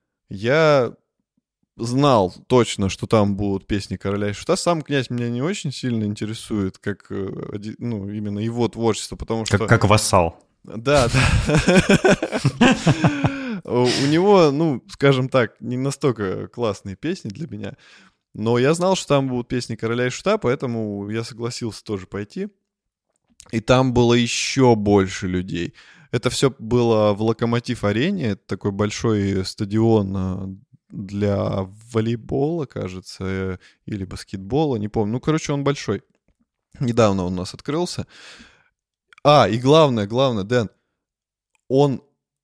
Я знал точно, что там будут песни «Короля и Шута». Сам «Князь» меня не очень сильно интересует, как, ну, именно его творчество, потому что... Как вассал. Да, да. У него, ну, скажем так, не настолько классные песни для меня, но я знал, что там будут песни «Короля и Шута», поэтому я согласился тоже пойти. И там было еще больше людей. Это все было в Локомотив-арене, это такой большой стадион для волейбола, кажется, или баскетбола, не помню. Ну, короче, он большой. Недавно он у нас открылся. И главное, Дэн, он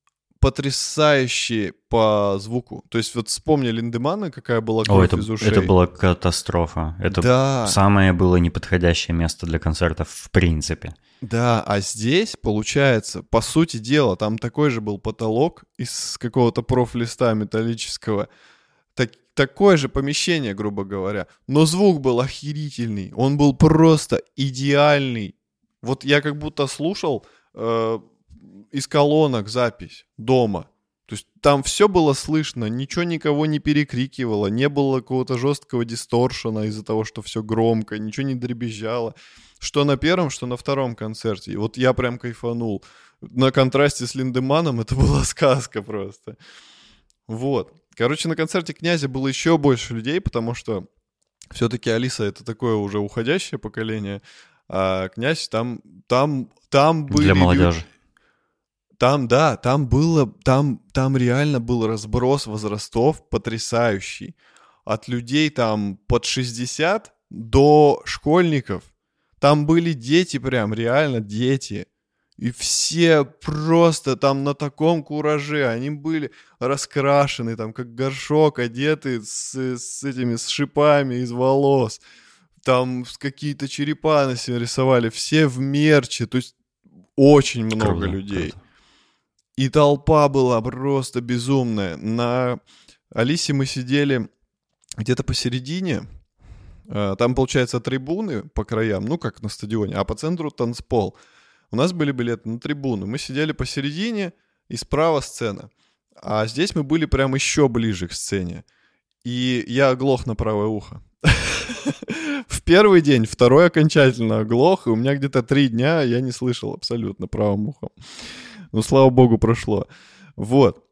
потрясающий по звуку. То есть вот вспомни Линдеманна, какая была кровь из ушей. Это была катастрофа. Это самое было неподходящее место для концертов в принципе. Да, а здесь, получается, по сути дела, там такой же был потолок из какого-то профлиста металлического. Такое же помещение, грубо говоря. Но звук был охерительный. Он был просто идеальный. Вот я как будто слушал из колонок запись дома. То есть там все было слышно, ничего никого не перекрикивало, не было какого-то жесткого дисторшена из-за того, что все громко, ничего не дребезжало. Что на первом, что на втором концерте. И вот я прям кайфанул. На контрасте с Линдеманном это была сказка просто. Вот. Короче, на концерте «Князя» было еще больше людей, потому что все-таки Алиса — это такое уже уходящее поколение, а «Князь» там были... Для молодежи. Там реально был разброс возрастов потрясающий. От людей там под 60 до школьников. Там были дети прям, реально дети. И все просто там на таком кураже. Они были раскрашены, там как горшок, одеты с шипами из волос. Там какие-то черепа на себе рисовали. Все в мерче. То есть очень много людей. Круто. И толпа была просто безумная. На Алисе мы сидели где-то посередине. Там, получается, трибуны по краям, ну, как на стадионе, а по центру танцпол. У нас были билеты на трибуну. Мы сидели посередине, и справа сцена. А здесь мы были прям еще ближе к сцене. И я оглох на правое ухо. В первый день, второй окончательно оглох, и у меня где-то 3 дня я не слышал абсолютно правым ухом. Ну, слава богу, прошло. Вот.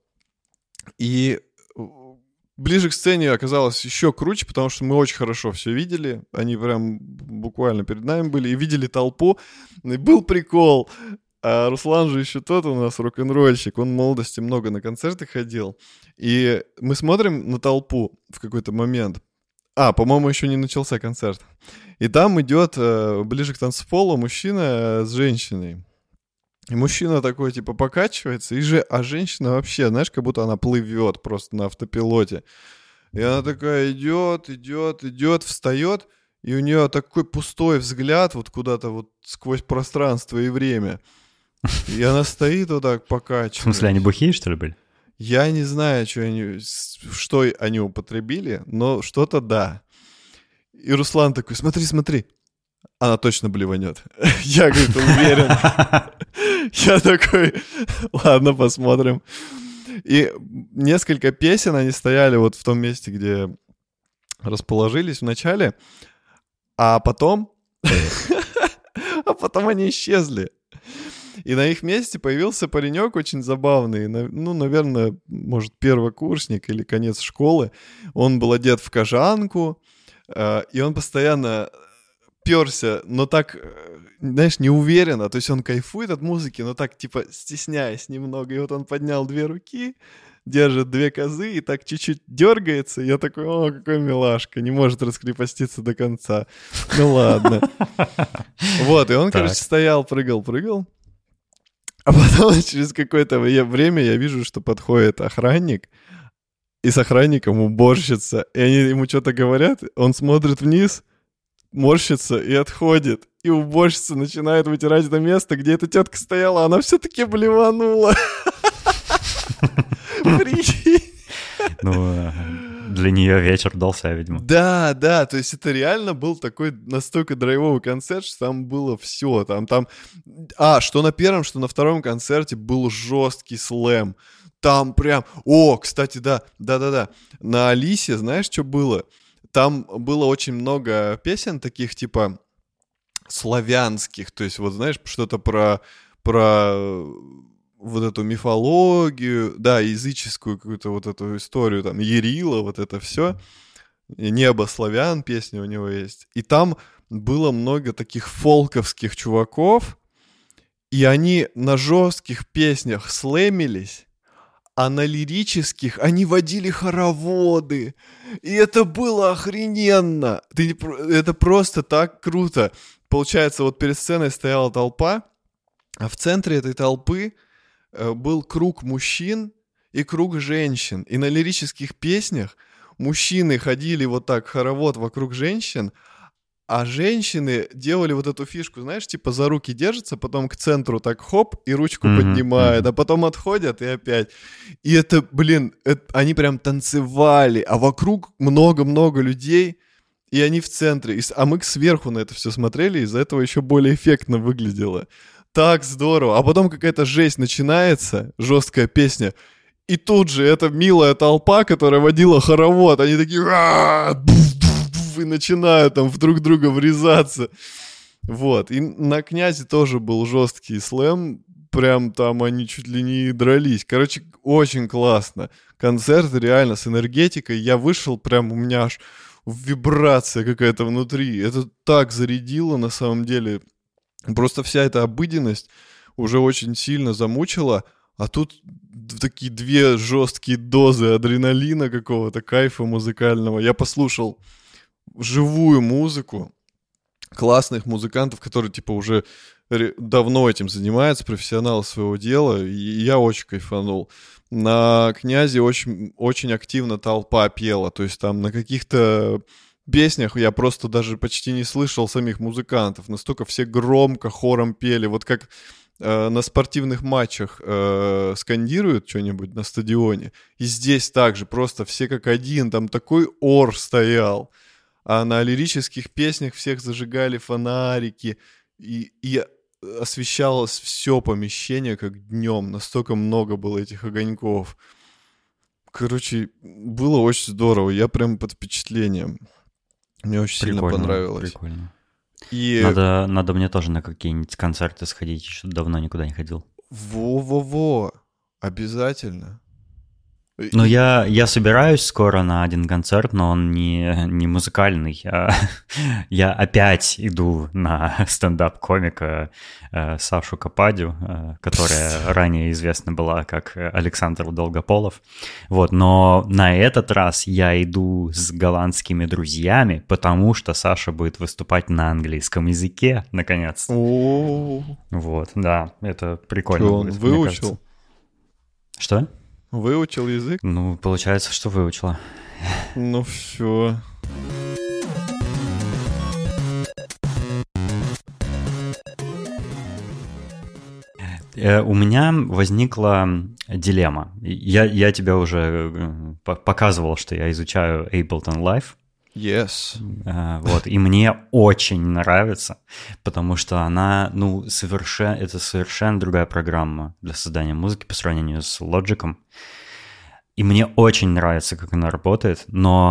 И ближе к сцене оказалось еще круче, потому что мы очень хорошо все видели. Они прям буквально перед нами были и видели толпу. И был прикол. А Руслан же еще тот у нас рок-н-ролльщик. Он в молодости много на концерты ходил. И мы смотрим на толпу в какой-то момент. По-моему, еще не начался концерт. И там идет ближе к танцполу мужчина с женщиной. И мужчина такой, типа, покачивается, а женщина вообще, знаешь, как будто она плывет просто на автопилоте. И она такая идет, встает, и у нее такой пустой взгляд вот куда-то вот сквозь пространство и время. И она стоит вот так, покачивается. В смысле, они бухие, что ли, были? Я не знаю, что они употребили, но что-то да. И Руслан такой, смотри. Она точно блеванет. Я, говорит, уверен. Я такой, ладно, посмотрим. И несколько песен они стояли вот в том месте, где расположились в начале, а потом... А потом они исчезли. И на их месте появился паренек очень забавный. Ну, наверное, может, первокурсник или конец школы. Он был одет в кожанку, и он постоянно перся, но так, знаешь, неуверенно. То есть он кайфует от музыки, но так, типа, стесняясь немного. И вот он поднял 2 руки, держит 2 козы и так чуть-чуть дергается. И я такой: о, какой милашка, не может раскрепоститься до конца. Ну ладно. Вот, и он, короче, стоял, прыгал. А потом через какое-то время я вижу, что подходит охранник, и с охранником уборщица. И они ему что-то говорят, он смотрит вниз, морщится и отходит. И уборщица начинает вытирать это место, где эта тетка стояла, она все-таки блеванула. Прикинь. Ну, для нее вечер дался, видимо. Да, то есть это реально был такой настолько драйвовый концерт, что там было все. Что на первом, что на втором концерте был жесткий слэм. Там прям... О, кстати, да. На Алисе, знаешь, что было? Там было очень много песен таких, типа, славянских. То есть, вот знаешь, что-то про вот эту мифологию, да, языческую какую-то вот эту историю, там, Ярила, вот это все. «Небо славян» песня у него есть. И там было много таких фолковских чуваков, и они на жестких песнях слэмились, а на лирических они водили хороводы. И это было охрененно. Это просто так круто. Получается, вот перед сценой стояла толпа, а в центре этой толпы был круг мужчин и круг женщин. И на лирических песнях мужчины ходили вот так, хоровод вокруг женщин, а женщины делали вот эту фишку, знаешь, типа за руки держатся, потом к центру так хоп, и ручку поднимают, а потом отходят и опять. И это, они прям танцевали, а вокруг много-много людей, и они в центре. А мы сверху на это все смотрели, из-за этого еще более эффектно выглядело. Так здорово. А потом какая-то жесть начинается, жесткая песня, и тут же эта милая толпа, которая водила хоровод, они такие... И начинают там в друг друга врезаться. Вот. И на «Князе» тоже был жесткий слэм. Прям там они чуть ли не дрались. Короче, очень классно. Концерт реально с энергетикой. Я вышел, прям у меня аж вибрация какая-то внутри. Это так зарядило на самом деле. Просто вся эта обыденность уже очень сильно замучила. А тут такие 2 жесткие дозы адреналина какого-то, кайфа музыкального. Я послушал живую музыку классных музыкантов, которые типа уже давно этим занимаются, профессионалы своего дела, и я очень кайфанул. На «Князе» очень, очень активно толпа пела, то есть там на каких-то песнях я просто даже почти не слышал самих музыкантов, настолько все громко хором пели, вот как на спортивных матчах скандируют что-нибудь на стадионе, и здесь также просто все как один, там такой ор стоял. А на лирических песнях всех зажигали фонарики, и освещалось все помещение как днем. Настолько много было этих огоньков. Короче, было очень здорово. Я прям под впечатлением. Мне очень сильно понравилось. Прикольно. И... Надо мне тоже на какие-нибудь концерты сходить. Что давно никуда не ходил. Во-во-во. Обязательно. Ну, я собираюсь скоро на один концерт, но он не музыкальный. Я опять иду на стендап-комика Сашу Кападю, которая ранее известна была как Александр Долгополов. Вот, но на этот раз я иду с голландскими друзьями, потому что Саша будет выступать на английском языке, наконец. Вот, да, это прикольно. Что, он выучил? Что? Выучил язык? Ну, получается, что выучила. Ну, все. У меня возникла дилемма. Я тебе уже показывал, что я изучаю Ableton Live. Yes. Вот, и мне очень нравится, потому что она, это совершенно другая программа для создания музыки по сравнению с Logic. И мне очень нравится, как она работает, но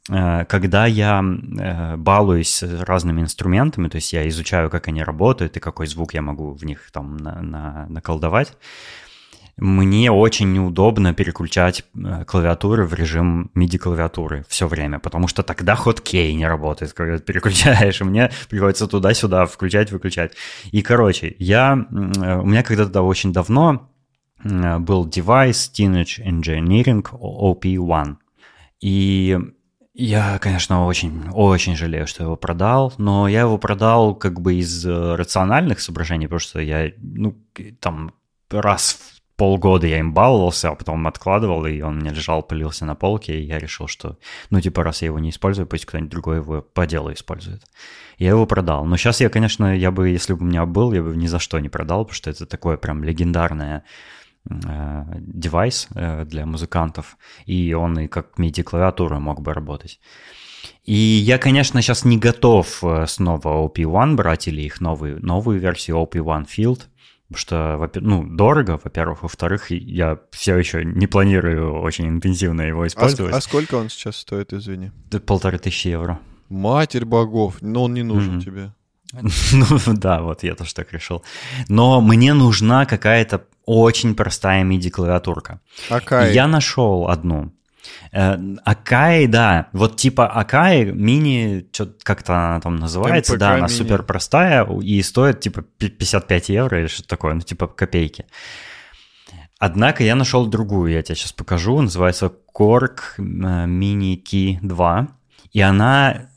когда я балуюсь разными инструментами, то есть я изучаю, как они работают и какой звук я могу в них там наколдовать, мне очень неудобно переключать клавиатуры в режим MIDI-клавиатуры все время, потому что тогда хоткей не работает, когда ты переключаешь, и мне приходится туда-сюда включать-выключать. И, короче, у меня когда-то очень давно был девайс Teenage Engineering OP1, и я, конечно, очень жалею, что его продал, но я его продал как бы из рациональных соображений, потому что я, там раз в полгода я им баловался, а потом откладывал, и он мне лежал, пылился на полке, и я решил, что, раз я его не использую, пусть кто-нибудь другой его по делу использует. Я его продал. Но сейчас я, конечно, если бы у меня был, я бы ни за что не продал, потому что это такое прям легендарное девайс для музыкантов, и он и как MIDI-клавиатура мог бы работать. И я, конечно, сейчас не готов снова OP1 брать или их новую версию OP1 Field, потому что, дорого, во-первых. Во-вторых, я все еще не планирую очень интенсивно его использовать. А сколько он сейчас стоит, извини? 1500 евро. Матерь богов, но он не нужен тебе. Да, вот я тоже так решил. Но мне нужна какая-то очень простая MIDI-клавиатурка. Акаи. Я нашел одну. Акаи, да. Вот типа Акаи мини, как-то она там называется, МПК да, она мини. супер простая и стоит типа 55 евро или что-то такое, типа копейки. Однако я нашел другую, я тебе сейчас покажу, называется Korg Mini Key 2, и она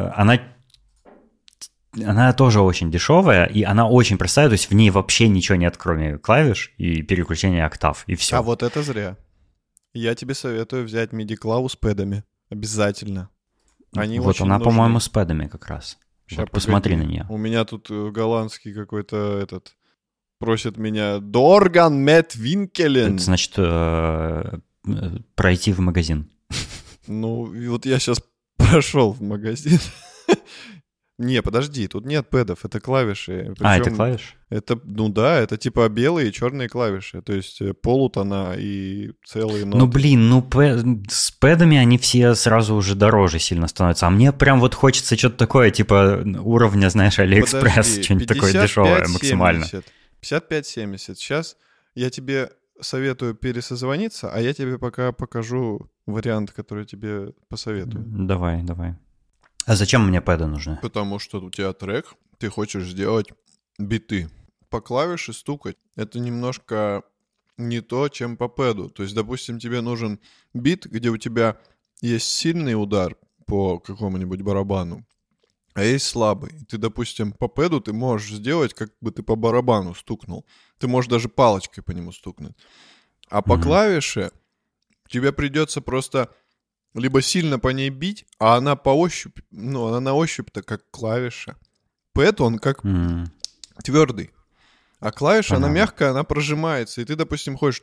тоже очень дешевая, и она очень простая, то есть в ней вообще ничего нет, кроме клавиш и переключения октав, и все. А вот это зря. Я тебе советую взять MIDI-клаву с пэдами. Обязательно. Они вот очень она, нужны. по-моему, с пэдами как раз. Ща, вот посмотри погоди. на нее. У меня тут голландский какой-то просит меня Дорган Мет Винкелен. Это значит пройти в магазин. Ну, и вот я сейчас прошел в магазин. Не, подожди, тут нет пэдов, это клавиши. Это клавиши? Это, это типа белые и черные клавиши. То есть полутона и целые ноты. С пэдами они все сразу уже дороже сильно становятся. А мне прям вот хочется что-то такое, типа уровня, знаешь, Алиэкспресс, что-нибудь такое дешевое максимально. 55-70. Сейчас я тебе советую пересозвониться, а я тебе пока покажу вариант, который тебе посоветую. Давай. А зачем мне пэды нужны? Потому что у тебя трек, ты хочешь сделать биты. По клавише стукать — это немножко не то, чем по пэду. То есть, допустим, тебе нужен бит, где у тебя есть сильный удар по какому-нибудь барабану, а есть слабый. Ты, допустим, по пэду ты можешь сделать, как бы ты по барабану стукнул. Ты можешь даже палочкой по нему стукнуть. А по клавише тебе придется просто либо сильно по ней бить, а она по ощупь, она на ощупь-то как клавиша. Пэд, он как твердый. А клавиша, она мягкая, она прожимается. И ты, допустим, ходишь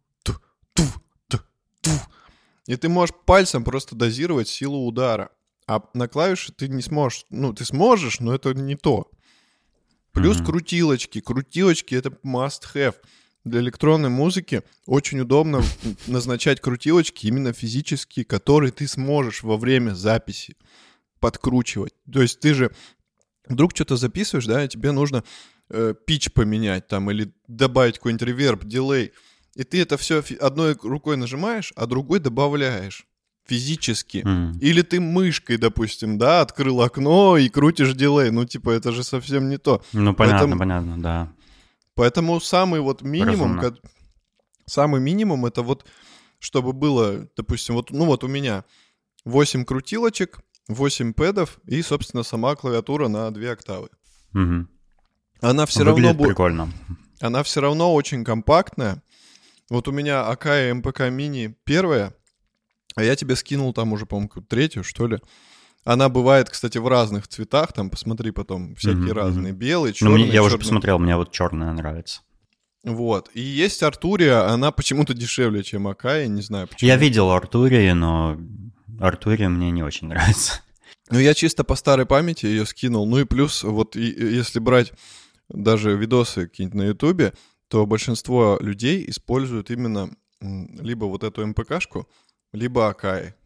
и ты можешь пальцем просто дозировать силу удара. А на клавише ты не сможешь. Ты сможешь, но это не то. Плюс крутилочки. Крутилочки — это must-have. Для электронной музыки очень удобно назначать крутилочки именно физические, которые ты сможешь во время записи подкручивать. То есть ты же вдруг что-то записываешь, да, и тебе нужно питч поменять там или добавить какой-нибудь реверб, дилей. И ты это все одной рукой нажимаешь, а другой добавляешь физически. Или ты мышкой, допустим, да, открыл окно и крутишь дилей. Это же совсем не то. Понятно, да. Поэтому самый минимум, это вот, чтобы было, допустим, у меня 8 крутилочек, 8 пэдов и, собственно, сама клавиатура на 2 октавы. Она все равно прикольно. Она все равно очень компактная. Вот у меня Akai MPK Mini первая, а я тебе скинул там уже, по-моему, третью, что ли. Она бывает, кстати, в разных цветах, там, посмотри потом, всякие разные, белый, черный. Я уже посмотрел, мне вот черная нравится. Вот, и есть Arturia, она почему-то дешевле, чем Akai, не знаю почему. Я видел Arturia, но Arturia мне не очень нравится. Я чисто по старой памяти ее скинул, и плюс, если брать даже видосы какие-нибудь на Ютубе, то большинство людей используют именно либо вот эту МПКшку, либо Akai.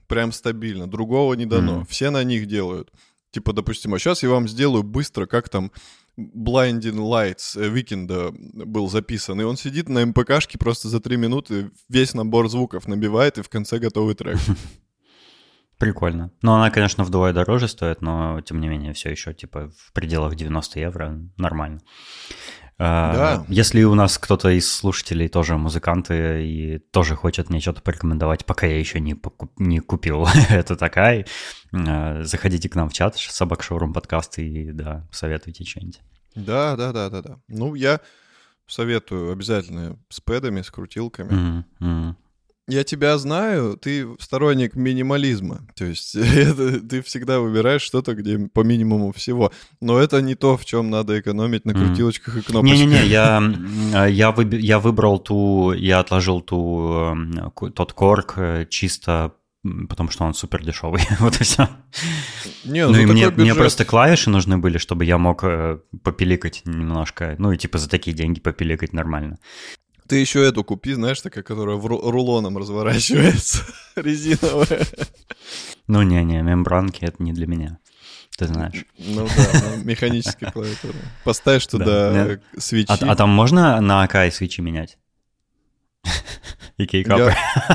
прям стабильно, другого не дано. Все на них делают. Типа, допустим, а сейчас я вам сделаю быстро, как там Blinding Lights Weeknd был записан, и он сидит на МПКшке просто за 3 минуты, весь набор звуков набивает, и в конце готовый трек. Прикольно. Ну, она, конечно, вдвое дороже стоит, но, тем не менее, все еще, типа, в пределах 90 евро нормально. Да. Если у нас кто-то из слушателей тоже музыканты и тоже хочет мне что-то порекомендовать, пока я еще не купил это такая, заходите к нам в чат, Собак Шоурум подкаст, и да, советуйте что-нибудь. Да. Ну, я советую обязательно с пэдами, с крутилками. Я тебя знаю, ты сторонник минимализма. То есть ты всегда выбираешь что-то, где по минимуму всего. Но это не то, в чем надо экономить на крутилочках и кнопочках. Не-не-не, я выбрал я отложил тот корк чисто потому что он супер дешевый. Вот и все. Ну и мне просто клавиши нужны были, чтобы я мог попиликать немножко. Ну и типа за такие деньги попиликать нормально. Ты еще эту купи, знаешь, такая, которая рулоном разворачивается, резиновая. Ну не, мембранки — это не для меня, ты знаешь. Ну да, механическая клавиатура. Поставишь туда свечи. А там можно на АК свечи менять? И кейкапы?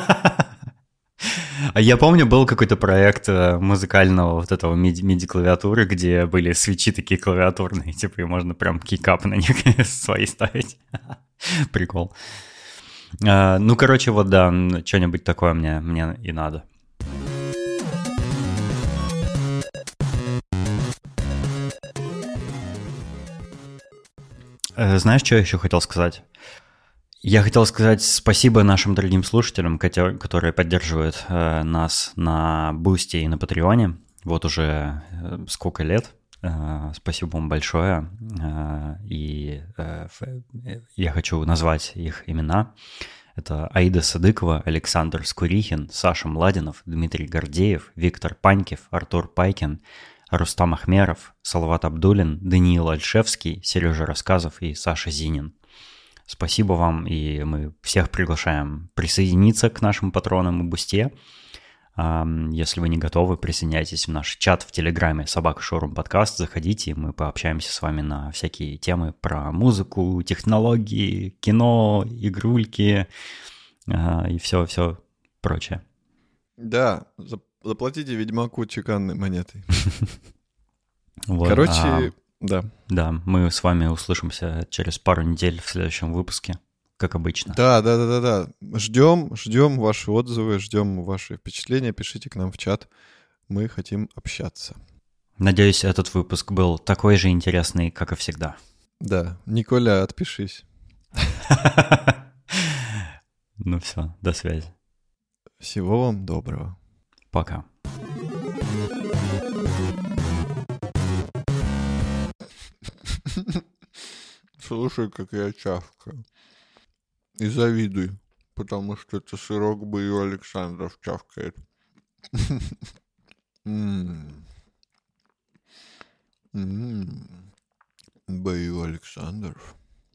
А я помню, был какой-то проект музыкального вот этого MIDI-клавиатуры, где были свечи такие клавиатурные, типа, и можно прям кейкап на них свои ставить. Прикол. Ну, короче, вот да, что-нибудь такое мне и надо. Знаешь, что я еще хотел сказать? Я хотел сказать спасибо нашим дорогим слушателям, которые поддерживают нас на Бусти и на Патреоне. Вот уже сколько лет. Спасибо вам большое. И я хочу назвать их имена. Это Аида Садыкова, Александр Скурихин, Саша Младинов, Дмитрий Гордеев, Виктор Панькев, Артур Пайкин, Рустам Ахмеров, Салават Абдулин, Даниил Альшевский, Сережа Рассказов и Саша Зинин. Спасибо вам, и мы всех приглашаем присоединиться к нашим патронам и Бусте. Если вы не готовы, присоединяйтесь в наш чат в Телеграме «Собака Шоурум Подкаст», заходите, и мы пообщаемся с вами на всякие темы про музыку, технологии, кино, игрульки и все прочее. Да, заплатите Ведьмаку чеканной монетой. Вот, да. Да, мы с вами услышимся через пару недель в следующем выпуске, как обычно. Да. Ждем ваши отзывы, ждем ваши впечатления. Пишите к нам в чат. Мы хотим общаться. Надеюсь, этот выпуск был такой же интересный, как и всегда. Да. Николя, отпишись. Ну все, до связи. Всего вам доброго. Пока. Слушай, как я чавкаю. И завидуй, потому что это сырок Бою Александров чавкает. Бою Александров.